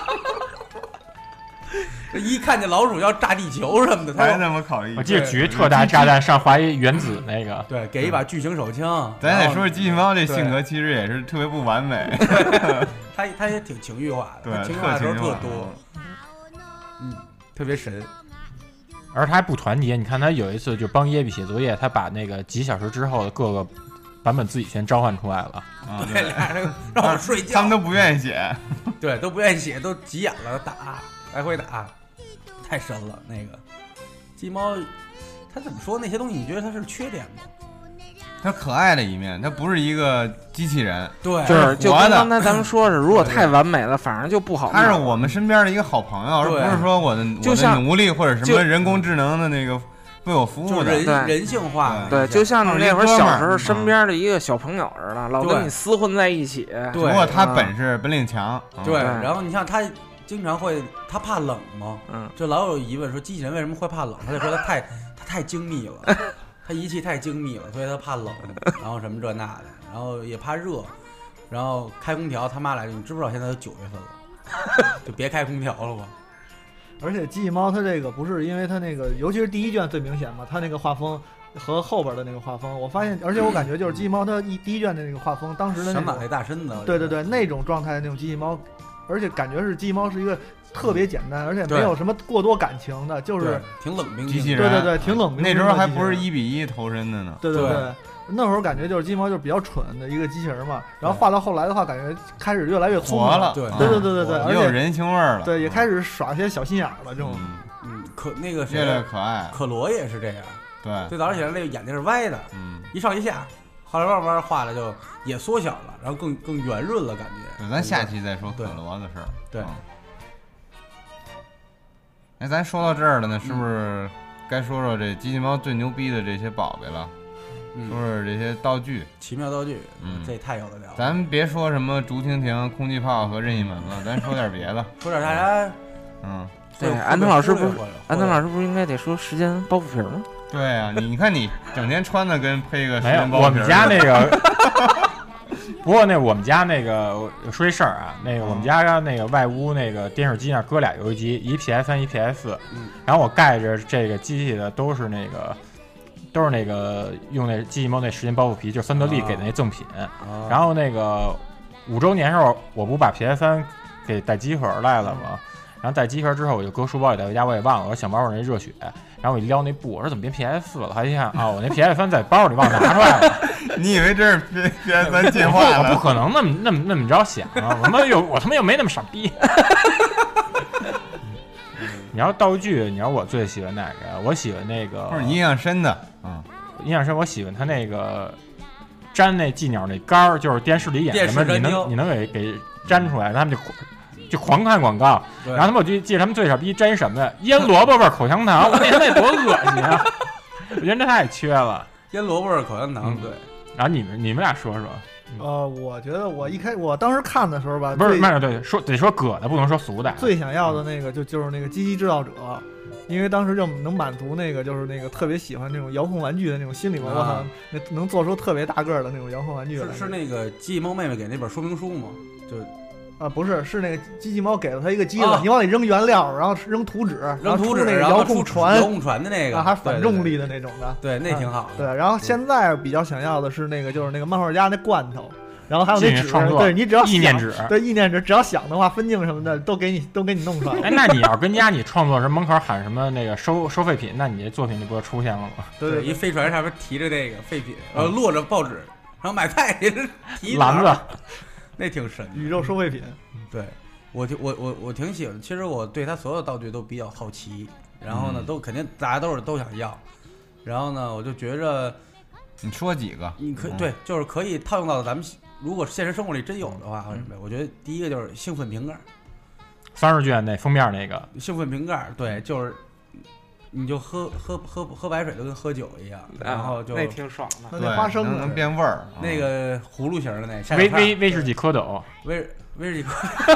一看见老鼠要炸地球什么的， 才那么考虑。 我记得举特大炸弹上划一原子那个， 对，给一把巨型手枪。 咱得说说机器猫这性格其实也是特别不完美， 他也挺情绪化的， 对， 情绪化的时候特多，特别神。 而他还不团结，你看他有一次就帮耶比写作业，他把那个几小时之后的各个版本自己全召唤出来了。 对，俩人让我睡觉， 他们都不愿意写， 对，都不愿意写，都急眼了，来回打。太神了，那个鸡猫，它怎么说那些东西？你觉得它是缺点吗？ 它可爱的一面，它不是一个机器人， 对， 就跟刚才咱们说是，如果太完美了，反而就不好。 它是我们身边的一个好朋友，而不是说我的奴隶或者什么人工智能的那个为我服务的， 人性化。 对，就像你那会儿小时候身边的一个小朋友似的，老跟你厮混在一起。 不过他本领强， 对。然后你像他。经常会，他怕冷吗？就老有疑问说机器人为什么会怕冷？他就说他太精密了，他仪器太精密了，所以他怕冷，然后什么这那的，然后也怕热，然后开空调他妈来，你知不知道现在都9月份了，就别开空调了吧。 而且机器猫它这个不是因为它那个，尤其是第一卷最明显嘛，它那个画风和后边的那个画风，我发现，而且我感觉就是机器猫它第一卷的那个画风，当时的那种大身子， 对，那种状态的那种机器猫。而且感觉是机器猫是一个特别简单，而且没有什么过多感情的，就是挺冷冰机器人， 对，挺冷冰。 那时候还不是1比1投身的呢。 对，那会儿感觉就是机器猫就是比较蠢的一个机器人嘛，然后画到后来的话，感觉开始越来越聪明了， 对， 也有人情味了， 对，也开始耍些小心眼了，这种， 那个越来越可爱。 可罗也是这样， 对， 最早起来那个眼睛是歪的，一上一下。后来慢慢画的就也缩小了，然后更圆润了，感觉。 对，咱下期再说可罗的事儿。 对。 哎，咱说到这儿了呢，是不是该说说这机器猫最牛逼的这些宝贝了？说说这些道具， 奇妙道具，这太有的聊。 咱别说什么竹蜻蜓、空气炮和任意门了，咱说点别的， 说点大家， 对，安藤老师不是应该得说时间包袱皮吗？ 对啊，你看你整天穿的跟配个时间包我们家那个，不过我们家那个说一事儿啊，那个我们家那个外屋那个电视机那搁俩游戏机，一 PS3 一 PS4，然后我盖着这个机器的都是那个用那机器猫那时间包袱皮，就是三得利给的那赠品。然后那个5周年时候，我不把 PS3给带机盒来了吗？ 然后带机壳之后我就搁书包里带回家，我也忘了，我说想玩会儿那热血，然后我一撩那布，我说怎么变 PS4 了？还一看啊，我那 PS3 在包里忘拿出来了。 你以为这是 PS3 进化了？ 我不可能那么着想啊！我他妈又没那么傻逼。你要道具，你要我最喜欢哪个？我喜欢那个， 不是印象深的啊， 印象深。我喜欢他那个粘那寄鸟那杆儿，就是电视里演什么，你能给粘出来，他们就狂看广告。然后他们我就记得他们最傻逼粘什么的，腌萝卜味口香糖，我那他妈多恶心啊！我觉得这太缺了， 腌萝卜味口香糖，对。 然后你们俩说说。 我觉得我当时看的时候吧， 不是慢点，对，得说葛的，不能说俗的。 最想要的那个就是那个机器制造者，因为当时就能满足那个就是那个特别喜欢那种遥控玩具的那种心理嘛。我操，那能做出特别大个儿的那种遥控玩具来。 是那个机器猫妹妹给那本说明书吗？ 不是那个机器猫给了他一个机子，你往里扔原料，然后扔图纸，然后出那个遥控船的那个， 还反重力的那种的。 对，那挺好的。对，然后现在比较想要的是那个就是那个漫画家那罐头。然后还有那纸，对你只要意念纸， 对意念纸，只要想的话，分镜什么的都给你弄出来。 哎，那你要跟家你创作时门口喊什么那个收废品，那你这作品就不就出现了吗？ 对，一飞船上面提着那个废品，然后摞着报纸，然后买菜提篮子， 那挺神。 宇宙收废品， 对我挺喜欢。其实我对他所有道具都比较好奇，然后呢，都肯定大家都想要，然后呢，我就觉着， 你说几个？ 你可以对，就是可以套用到咱们。如果现实生活里真有的话，我觉得第一个就是兴奋瓶盖 ，30卷那封面那个兴奋瓶盖，对，就是你就喝白水都跟喝酒一样，然后就那挺爽的， 那花生能变味儿， 那个葫芦型的那威士忌蝌蚪， 威士忌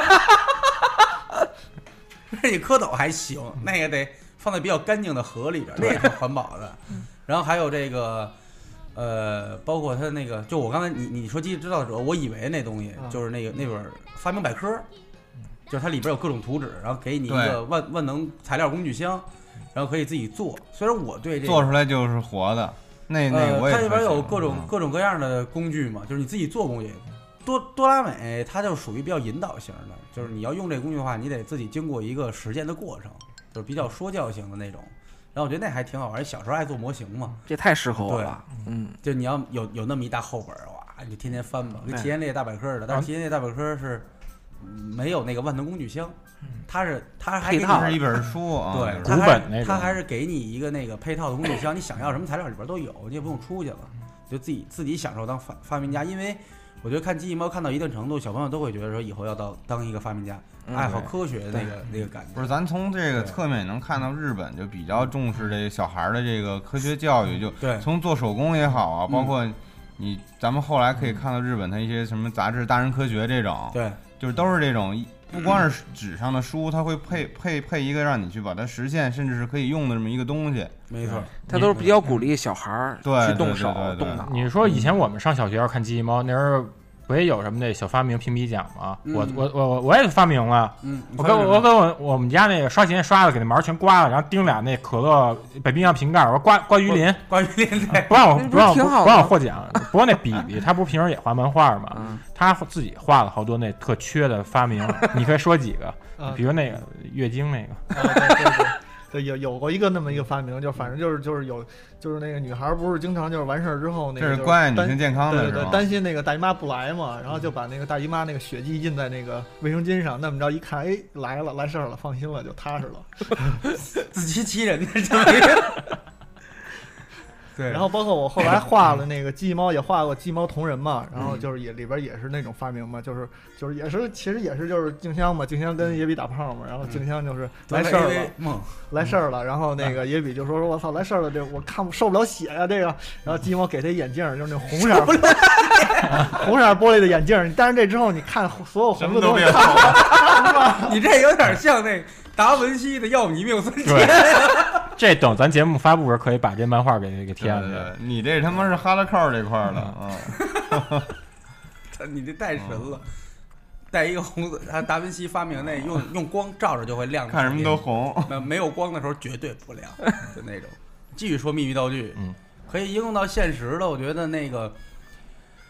蝌蚪还行，那个得放在比较干净的河里边，那也是环保的。然后还有这个。包括它那个，就我刚才你说机器制造者，我以为那东西就是那本发明百科，就是它里边有各种图纸，然后给你一个万能材料工具箱，然后可以自己做。虽然我对这个做出来就是活的，那我也它里边有各种各样的工具嘛，就是你自己做工具。多拉美它就属于比较引导型的，就是你要用这个工具的话，你得自己经过一个实践的过程，就是比较说教型的那种。然后我觉得那还挺好玩，小时候爱做模型嘛， 这太适合我了。 就你要有那么一大厚本，哇，你就天天翻吧，跟奇贤列大百科似的。但是奇贤列大百科是没有那个万能工具箱，它还给你是一本书啊， 对， 古本那种， 它还是给你一个那个配套的工具箱，你想要什么材料里边都有，你也不用出去了，就自己享受当发明家。因为我觉得看机器猫看到一定程度，小朋友都会觉得说以后要当一个发明家。爱好科学的那个感觉， 不是？咱从这个侧面也能看到，日本就比较重视这个小孩的这个科学教育，就从做手工也好啊，包括咱们后来可以看到日本的一些什么杂志《大人科学》这种， 对， 就是都是这种，不光是纸上的书，它会配一个让你去把它实现，甚至是可以用的这么一个东西。 没错， 它都是比较鼓励小孩去动手动脑。 你说以前我们上小学要看机器猫，那时候。不也有什么那小发明评比奖吗？我也发明了。我跟我们家那个刷钱刷的，给那毛全刮了，然后钉俩那可乐北冰洋瓶盖，我说刮鱼鳞，不让我获奖。不过那比他不是平时也画漫画吗？他自己画了好多那特缺的发明，你可以说几个？比如那个月经那个。 对，有过一个那么一个发明，就反正就是有，就是那个女孩不是经常就是完事儿之后那个， 这是关爱女性健康的， 对，担心那个大姨妈不来嘛，然后就把那个大姨妈那个血迹印在那个卫生巾上，那么着一看，哎，来事儿了，放心了，就踏实了， 自欺欺人的这么一个。 对，然后包括我后来画了那个机器猫，也画过机器猫同人嘛，然后就是里边也是那种发明嘛，就是也是其实也是就是静香嘛，静香跟野比打炮嘛，然后静香就是来事儿了，然后那个野比就说我操来事儿了，这我受不了血呀这个，然后机器猫给他眼镜，就是那种红色玻璃的眼镜，但是这之后你看所有红的都变好了， 你这有点像那达文西的要你命三千。 这等咱节目发布时可以把这漫画给贴上去。 你这他妈是哈拉扣这块的啊！ 你这太神了，带一个红色，达文西发明那用光照着就会亮， 看什么都红。 没有光的时候绝对不亮，就那种。继续说秘密道具，可以应用到现实的。我觉得那个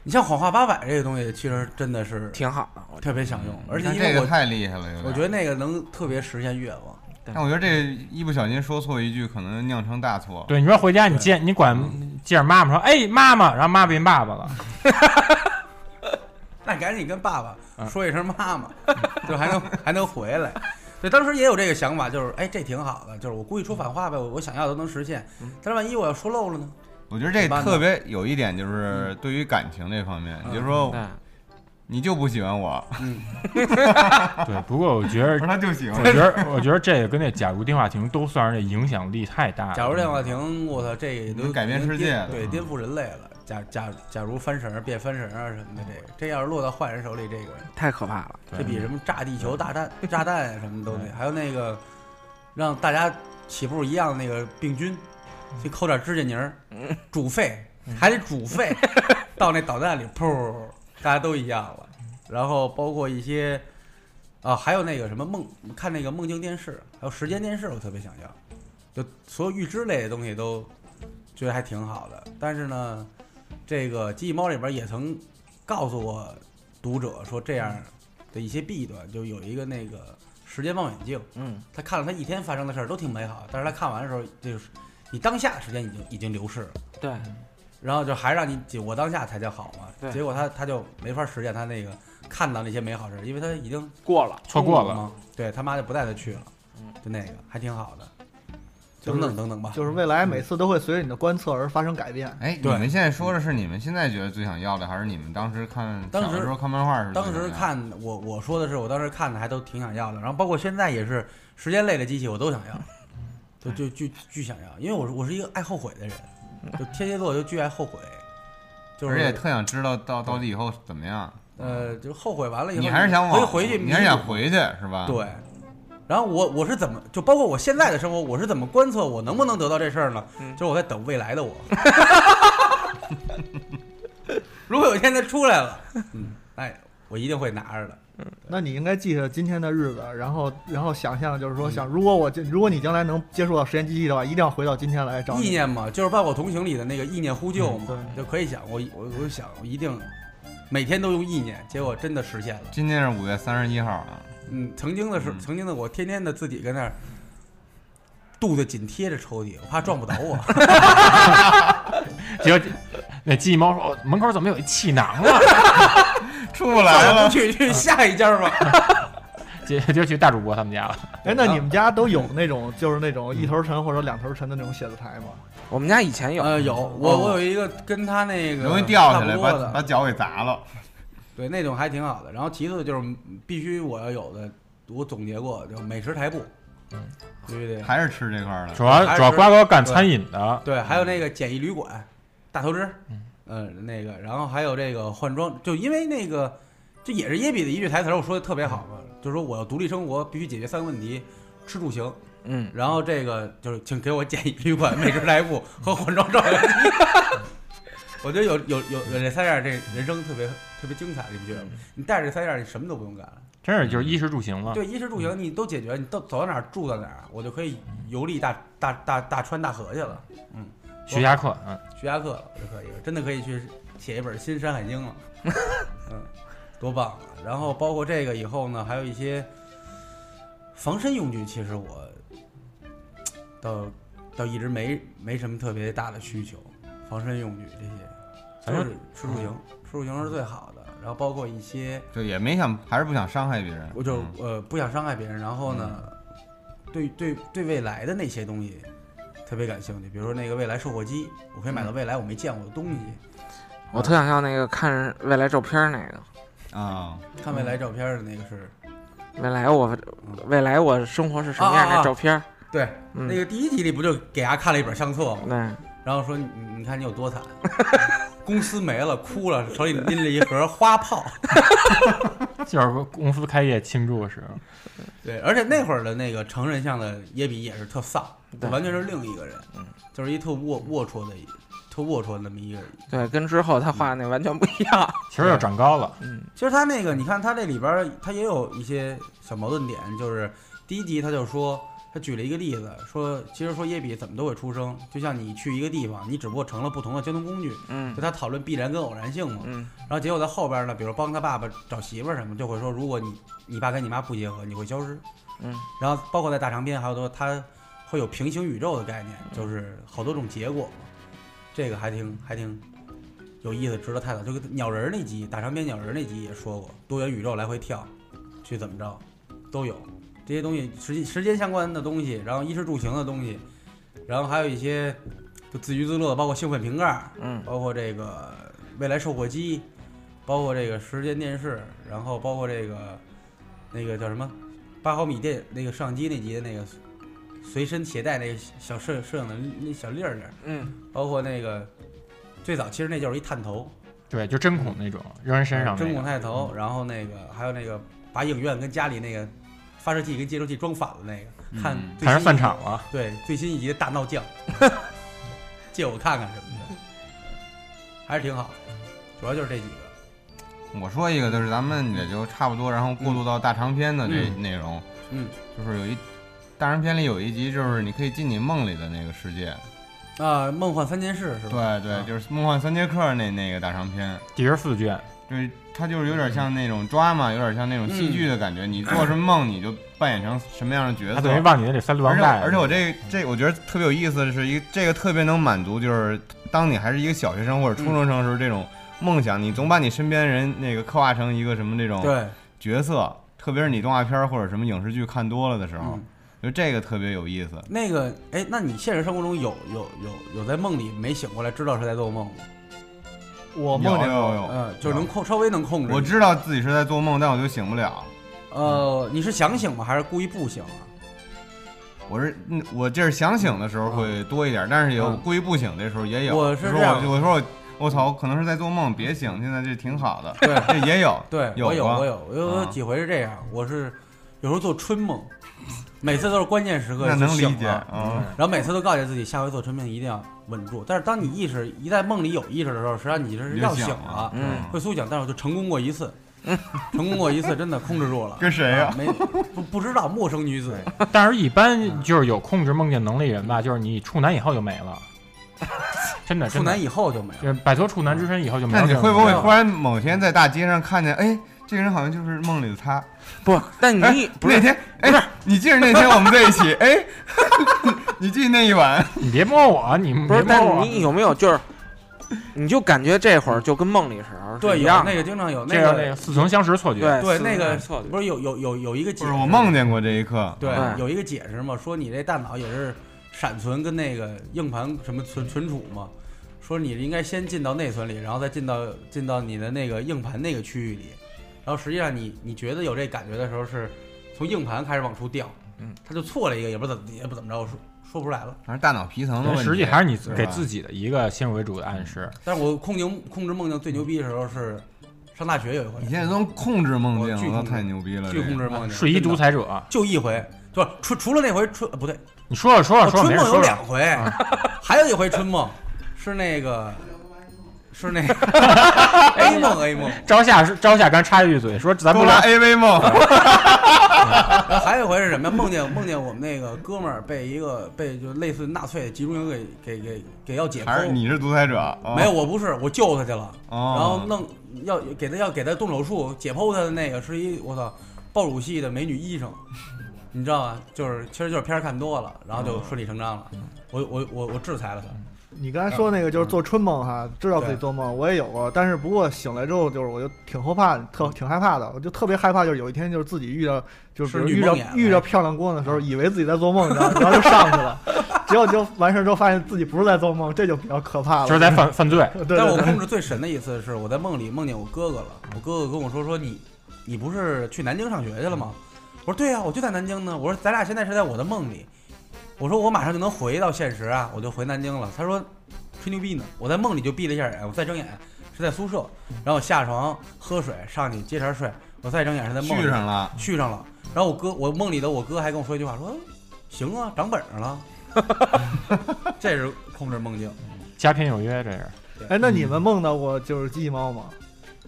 你像谎话800这个东西，其实真的是挺好的，我特别想用，而且因这个为太厉害了，有点我觉得那个能特别实现愿望。 但我觉得这一不小心说错一句，可能酿成大错。 对，你说回家你管接着妈妈说，哎妈妈，然后妈变爸爸了， 那赶紧跟爸爸说一声妈妈，就还能回来。对，当时也有这个想法，就是哎这挺好的，就是我故意说反话呗，我想要的都能实现。但是万一我要说漏了呢？ 我觉得这特别有一点就是对于感情这方面，你就说你就不喜欢我， 对。不过我觉得他就喜欢， 我觉得这个跟那假如电话亭都算是那影响力太大了。 假如电话亭，我操，这都改变世界， 对，颠覆人类了。假如翻绳变翻绳啊什么的，这要是落到坏人手里，这个太可怕了。 这比什么炸地球、炸弹什么都得，还有那个让大家起步一样的那个病菌，去抠点指甲泥儿，煮沸，还得煮沸，到那导弹里，噗，大家都一样了。然后包括一些还有那个什么看那个梦境电视，还有时间电视，我特别想要，就所有预知类的东西都觉得还挺好的。但是呢，这个机器猫里边也曾告诉我读者说这样的一些弊端，就有一个那个时间望远镜，他看了他一天发生的事儿都挺美好，但是他看完的时候，就是你当下时间已经流逝了， 对， 然后就还让你我当下才叫好嘛， 对， 结果他就没法实现他那个看到那些美好事，因为他已经错过了嘛，对他妈就不带他去了，就那个还挺好的。等等吧， 就是未来每次都会随着你的观测而发生改变。 哎，你们现在说的是你们现在觉得最想要的，还是你们当时小的时候看漫画是？ 当时看我说的是我当时看的还都挺想要的，然后包括现在也是时间类的机器我都想要，就巨想要，因为我是一个爱后悔的人，就天蝎座就巨爱后悔，就是而且特想知道到底以后怎么样。 就后悔完了以后， 你还是想回去， 你还是想回去是吧？ 对。然后我是怎么就包括我现在的生活，我是怎么观测我能不能得到这事儿呢？就是我在等未来的我。如果有一天它出来了，哎，我一定会拿着的。 那你应该记着今天的日子，然后想象就是说如果你将来能接触到时间机器的话，一定要回到今天来找你。 意念嘛，就是《伴我同行》里的那个意念呼救嘛，就可以想我想我一定每天都用意念，结果真的实现了。 今天是5月31号啊。 曾经的我天天的自己跟那儿肚子紧贴着抽屉，我怕撞不倒我。 结果那机器猫说：“门口怎么有一气囊啊？ 出不来了， 去下一家吧。” 就去大主播他们家了。 哎，那你们家都有那种就是那种一头沉或者两头沉的那种写字台吗？ 我们家以前有， 有我有一个跟他那个容易掉下来，把脚给砸了。 对，那种还挺好的。然后其次就是必须我要有的，我总结过，就美食台布，对， 还是吃这块的。 主要瓜哥干餐饮的， 对，还有那个简易旅馆，大头针，那个，然后还有这个换装，就因为那个，这也是耶比的一句台词，我说的特别好嘛，就是说我要独立生活，必须解决3个问题：吃住行。然后这个就是请给我简易旅馆、美食台布和换装照相机。我觉得有这3样，这人生特别精彩，你不觉得吗？你带着这3样，你什么都不用干了， 真是就是衣食住行了。 对，衣食住行你都解决，你都走到哪儿住到哪儿，我就可以游历大川大河去了。 徐霞客， 徐霞客了，我就可以，真的可以去写一本新《山海经》了。多棒啊！然后包括这个以后呢，还有一些防身用具，其实我倒一直没什么特别大的需求。防身用具这些，就是吃住行是最好的。然后包括一些， 就也没想，还是不想伤害别人。 我就不想伤害别人。然后呢，对未来的那些东西特别感兴趣，比如说那个未来售货机，我可以买到未来我没见过的东西。 我特想要那个看未来照片那个啊， 看未来照片的那个是未来我生活是什么样的照片？ 对，那个第1集里不就给他看了一本相册吗？ 对。 然后说你看你有多惨，公司没了，哭了，手里拎了一盒花炮， 就是公司开业庆祝时。 对，而且那会儿的那个成人像的耶比也是特丧，完全是另一个人，就是一特龌龊的那么一个人。 对，跟之后他画那完全不一样。 其实又长高了。 其实他那个，你看他这里边他也有一些小矛盾点，就是第1集他就说他举了一个例子，说其实说耶比怎么都会出生，就像你去一个地方，你只不过成了不同的交通工具。就他讨论必然跟偶然性嘛。然后结果在后边呢，比如帮他爸爸找媳妇儿什么，就会说如果你爸跟你妈不结合，你会消失。然后包括在大长篇还有说他会有平行宇宙的概念，就是好多种结果嘛。这个还挺有意思，值得探讨。就跟鸟人那集，大长篇鸟人那集也说过，多元宇宙来回跳，去怎么着，都有这些东西，时间相关的东西，然后衣食住行的东西，然后还有一些就自娱自乐，包括兴奋瓶盖，包括这个未来售货机，包括这个时间电视，然后包括这个那个叫什么8毫米电那个摄像机那集的那个随身携带那个小摄影的那小粒儿，包括那个。最早其实那就是一探头， 对，就针孔那种扔人身上、 针孔探头，然后那个还有那个把影院跟家里那个发射器跟接收器装反了那个，看还是饭场了。 对，最新一集的大闹酱，借我看看什么的，还是挺好。主要就是这几个。 我说一个，就是咱们也就差不多，然后过渡到大长篇的这内容。就是有一大长篇里有一集，就是你可以进你梦里的那个世界。 梦幻3件事是吧？对，就是梦幻3节课那个大长篇， 第14卷， 对，它就是有点像那种抓嘛，有点像那种戏剧的感觉。你做什么梦，你就扮演成什么样的角色。 它等于忘你的这3轮带。 而且我这我觉得特别有意思的是这个特别能满足，就是当你还是一个小学生或者初中生的时候，这种梦想，你总把你身边人那个刻画成一个什么这种角色，特别是你动画片或者什么影视剧看多了的时候。就这个特别有意思。 那个，哎，那你现实生活中有在梦里没醒过来，知道是在做梦吗？ 我梦见有， 就是稍微能控制。 我知道自己是在做梦，但我就醒不了。 你是想醒吗？还是故意不醒啊？ 我这是想醒的时候会多一点，但是有故意不醒的时候也有。 我是这样， 我说我操，可能是在做梦，别醒，现在这挺好的。 对， 这也有。 对，我有几回是这样，我是有时候做春梦。每次都是关键时刻就醒了，然后每次都告诫自己下回做春梦一定要稳住。但是当你一在梦里有意识的时候，实际上你是要醒了，会苏醒。但是我就成功过一次，真的控制住了。 跟谁呀？ 不知道，陌生女子。 但是一般就是有控制梦境能力人吧，就是你处男以后就没了。真的， 处男以后就没了， 摆脱处男之身以后就没了。 那你会不会忽然某天在大街上看见，哎，这个人好像就是梦里的他？ 不，但你不是那天，不是你记着那天我们在一起，哎，你记那一晚？ 你别摸我，你不是？但你有没有就是，你就感觉这会儿就跟梦里时候对一样？ 那个经常有那个似曾相识错觉。 对，那个不是有一个解释， 我梦见过这一刻。 对，有一个解释嘛，说你这大脑也是闪存跟那个硬盘什么存储嘛。说你应该先进到内存里，然后再进到你的那个硬盘那个区域里，然后实际上你觉得有这感觉的时候，是从硬盘开始往出掉，它就错了一个，也不怎么着，说不出来了。 反正大脑皮层的问题， 实际还是你给自己的一个先入为主的暗示。 但是我控制梦境最牛逼的时候是上大学有一回。 你现在都能控制梦境，那太牛逼了！ 巨控制梦境， 睡衣独裁者就一回，就除了那回不对， 你说了， 春梦有2回，还有一回春梦。是那个 A 梦， 朝夏刚插一句嘴说咱不聊 AV 梦。 还有一回是什么呀？梦见我们那个哥们儿被就类似纳粹集中营给要解剖。 还是你是独裁者？ 没有，我不是，我救他去了。然后要给他动手术解剖他的那个是一我操爆乳系的美女医生，你知道吗？其实就是片看多了，然后就顺理成章了。我制裁了他。 你刚才说那个就是做春梦哈，知道自己做梦，我也有过，但是不过醒来之后就是我就挺后怕，挺害怕的，我就特别害怕，就是有一天就是自己遇着漂亮姑娘的时候，以为自己在做梦，然后就上去了，结果就完事之后发现自己不是在做梦，这就比较可怕了， 就是在犯罪。 对， 但我控制最神的一次是我在梦里梦见我哥哥了，我哥哥跟我说你不是去南京上学去了吗？我说对啊，我就在南京呢。我说咱俩现在是在我的梦里。我说我马上就能回到现实啊，我就回南京了。他说吹牛逼呢，我在梦里就闭了一下眼，我再睁眼是在宿舍，然后我下床喝水上去接茬睡，我再睁眼是在梦里续上了。然后我梦里的我哥还跟我说一句话，说行啊，长本事了。这是控制梦境， 佳片有约，这是。 哎，那你们梦到过就是机器猫吗？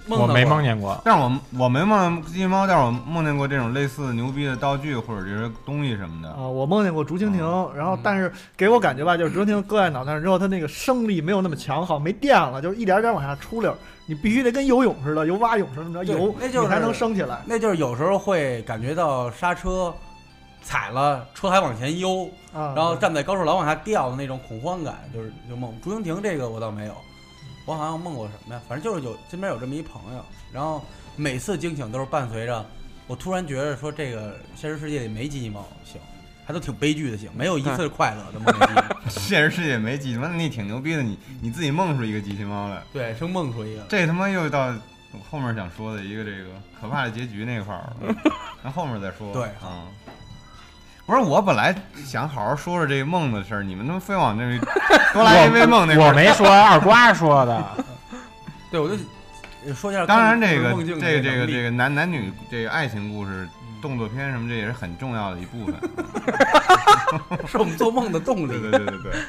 我没梦见过。 但是我没梦见机器猫，但是我梦见过这种类似牛逼的道具或者这些东西什么的。 我梦见过竹蜻蜓，然后但是给我感觉吧，就是竹蜻蜓搁在脑袋上之后，它那个升力没有那么强，好像没电了，就是一点点往下出溜，你必须得跟游泳似的，游蛙泳似的那么着游， 那就是你才能升起来。 那就是有时候会感觉到刹车踩了，车还往前悠，然后站在高处老往下掉的那种恐慌感，就梦竹蜻蜓这个我倒没有，我好像梦过什么呀？反正就是身边有这么一朋友，然后每次惊醒都是伴随着我突然觉得说这个现实世界里没机器猫醒，还都挺悲剧的醒，没有一次是快乐的梦见机器猫。 现实世界没机器猫，你挺牛逼的，你自己梦出一个机器猫来。 对，生梦出一个。 这他妈又到我后面想说的一个这个可怕的结局那块儿了，咱后面再说。 对啊。不是，我本来想好好说说这个梦的事儿，你们他妈非往那哆啦 A 梦那块儿。 我没说，二瓜说的。 对，我就说一下。 当然，这个男女这个爱情故事、动作片什么，这也是很重要的一部分， 是我们做梦的动力。 对，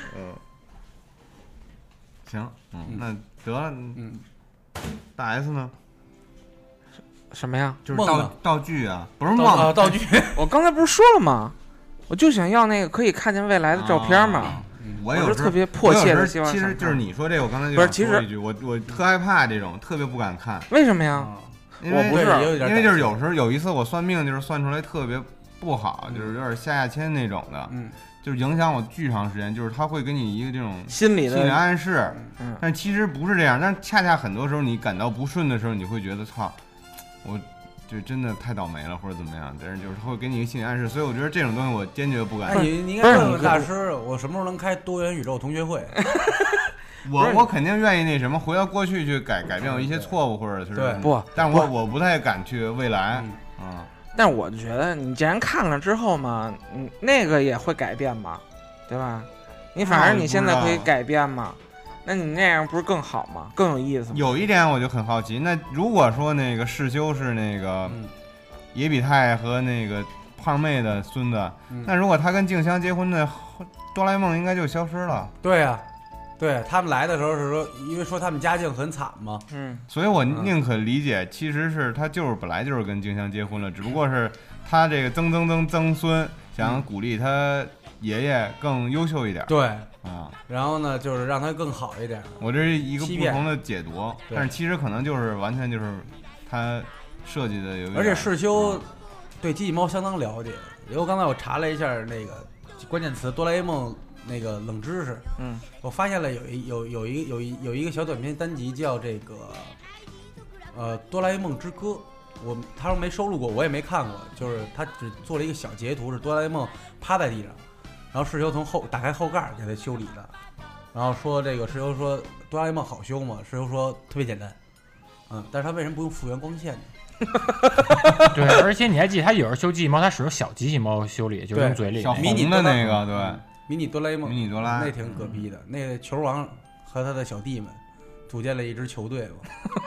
行，那得了，大 S 呢？ 什么呀？ 就是道具啊，不是梦道具。 我刚才不是说了吗？我就想要那个可以看见未来的照片嘛。 我有时特别迫切的希望。 其实就是你说这个，我刚才就想说一句，我特害怕这种，特别不敢看。 为什么呀？我不是， 因为就是有时候有一次我算命，就是算出来特别不好，就是有点下签那种的，就是影响我巨长时间，就是他会给你一个这种心理暗示，但其实不是这样，但是恰恰很多时候你感到不顺的时候，你会觉得操，我就真的太倒霉了或者怎么样，但是就是他会给你一个心理暗示，所以我觉得这种东西我坚决不敢。 你应该问问大师，我什么时候能开多元宇宙同学会？ 我肯定愿意那什么，回到过去去改变我一些错误，或者是不， 但我不太敢去未来啊。 但我就觉得你既然看了之后嘛，那个也会改变嘛，对吧？你反正你现在可以改变嘛，那你那样不是更好吗？更有意思吗？ 有一点我就很好奇，那如果说那个世修是那个野比泰和那个胖妹的孙子，那如果他跟静香结婚的哆啦 A 梦应该就消失了。 对呀。对他们来的时候是说，因为说他们家境很惨嘛， 所以我宁可理解，其实是他就是本来就是跟静香结婚了，只不过是他这个曾孙想鼓励他爷爷更优秀一点， 对啊， 然后呢就是让他更好一点。 我这是一个不同的解读，但是其实可能就是完全就是他设计的有一点。 而且世修对机器猫相当了解，因为刚才我查了一下那个关键词哆啦 A 梦。那个冷知识，我发现了有一个小短片单集叫这个哆啦 A 梦之歌，他说没收录过，我也没看过，就是他只做了一个小截图，是哆啦 A 梦趴在地上，然后世修从打开后盖给他修理的，然后说这个世修说哆啦 A 梦好修吗？世修说特别简单，但是他为什么不用复原光线呢？ 对，而且你还记得他有时候修机器猫，他使用小机器猫修理，就是用嘴里小红的那个，对。 迷你哆啦 A 梦， 迷你哆啦那挺嗝逼的。那个球王和他的小弟们组建了一支球队吧。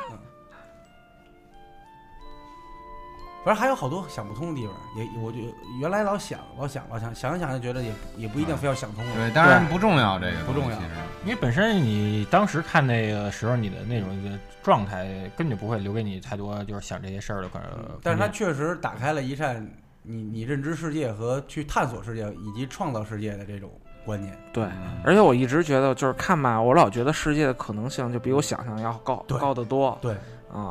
反正还有好多想不通的地方，我就原来老想一想就觉得也不一定非要想通了。 对，当然不重要，这个不重要， 因为本身你当时看那个时候你的那种状态根本就不会留给你太多就是想这些事儿的可能。 但是它确实打开了一扇。你认知世界和去探索世界以及创造世界的这种观念。 对，而且我一直觉得就是看吧，我老觉得世界的可能性就比我想象要高得多。 对，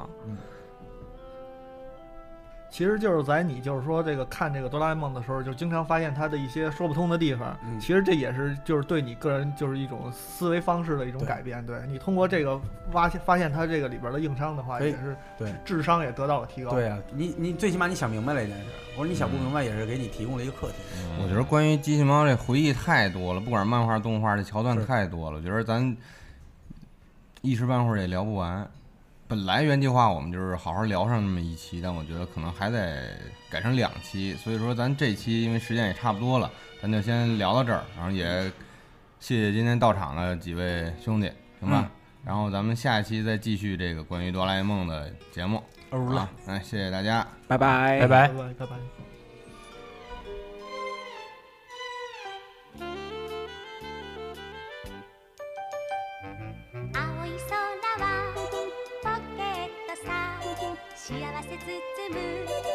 其实就是在你就是说这个看这个哆啦 A 梦的时候，就经常发现它的一些说不通的地方。其实这也是就是对你个人就是一种思维方式的一种改变。对你通过这个发现它这个里边的硬伤的话，也是对智商也得到了提高。 对啊，你最起码你想明白了一件事，或者你想不明白也是给你提供了一个课题。 我觉得关于机器猫这回忆太多了，不管漫画、动画这桥段太多了，我觉得咱一时半会儿也聊不完。本来原计划我们就是好好聊上那么一期，但我觉得可能还得改成2期，所以说咱这期因为时间也差不多了，咱就先聊到这儿，然后也谢谢今天到场的几位兄弟，行吧？然后咱们下一期再继续这个关于哆啦 A 梦的节目。好，谢谢大家， 拜拜， 拜拜， 拜拜。 青い空はポケット包む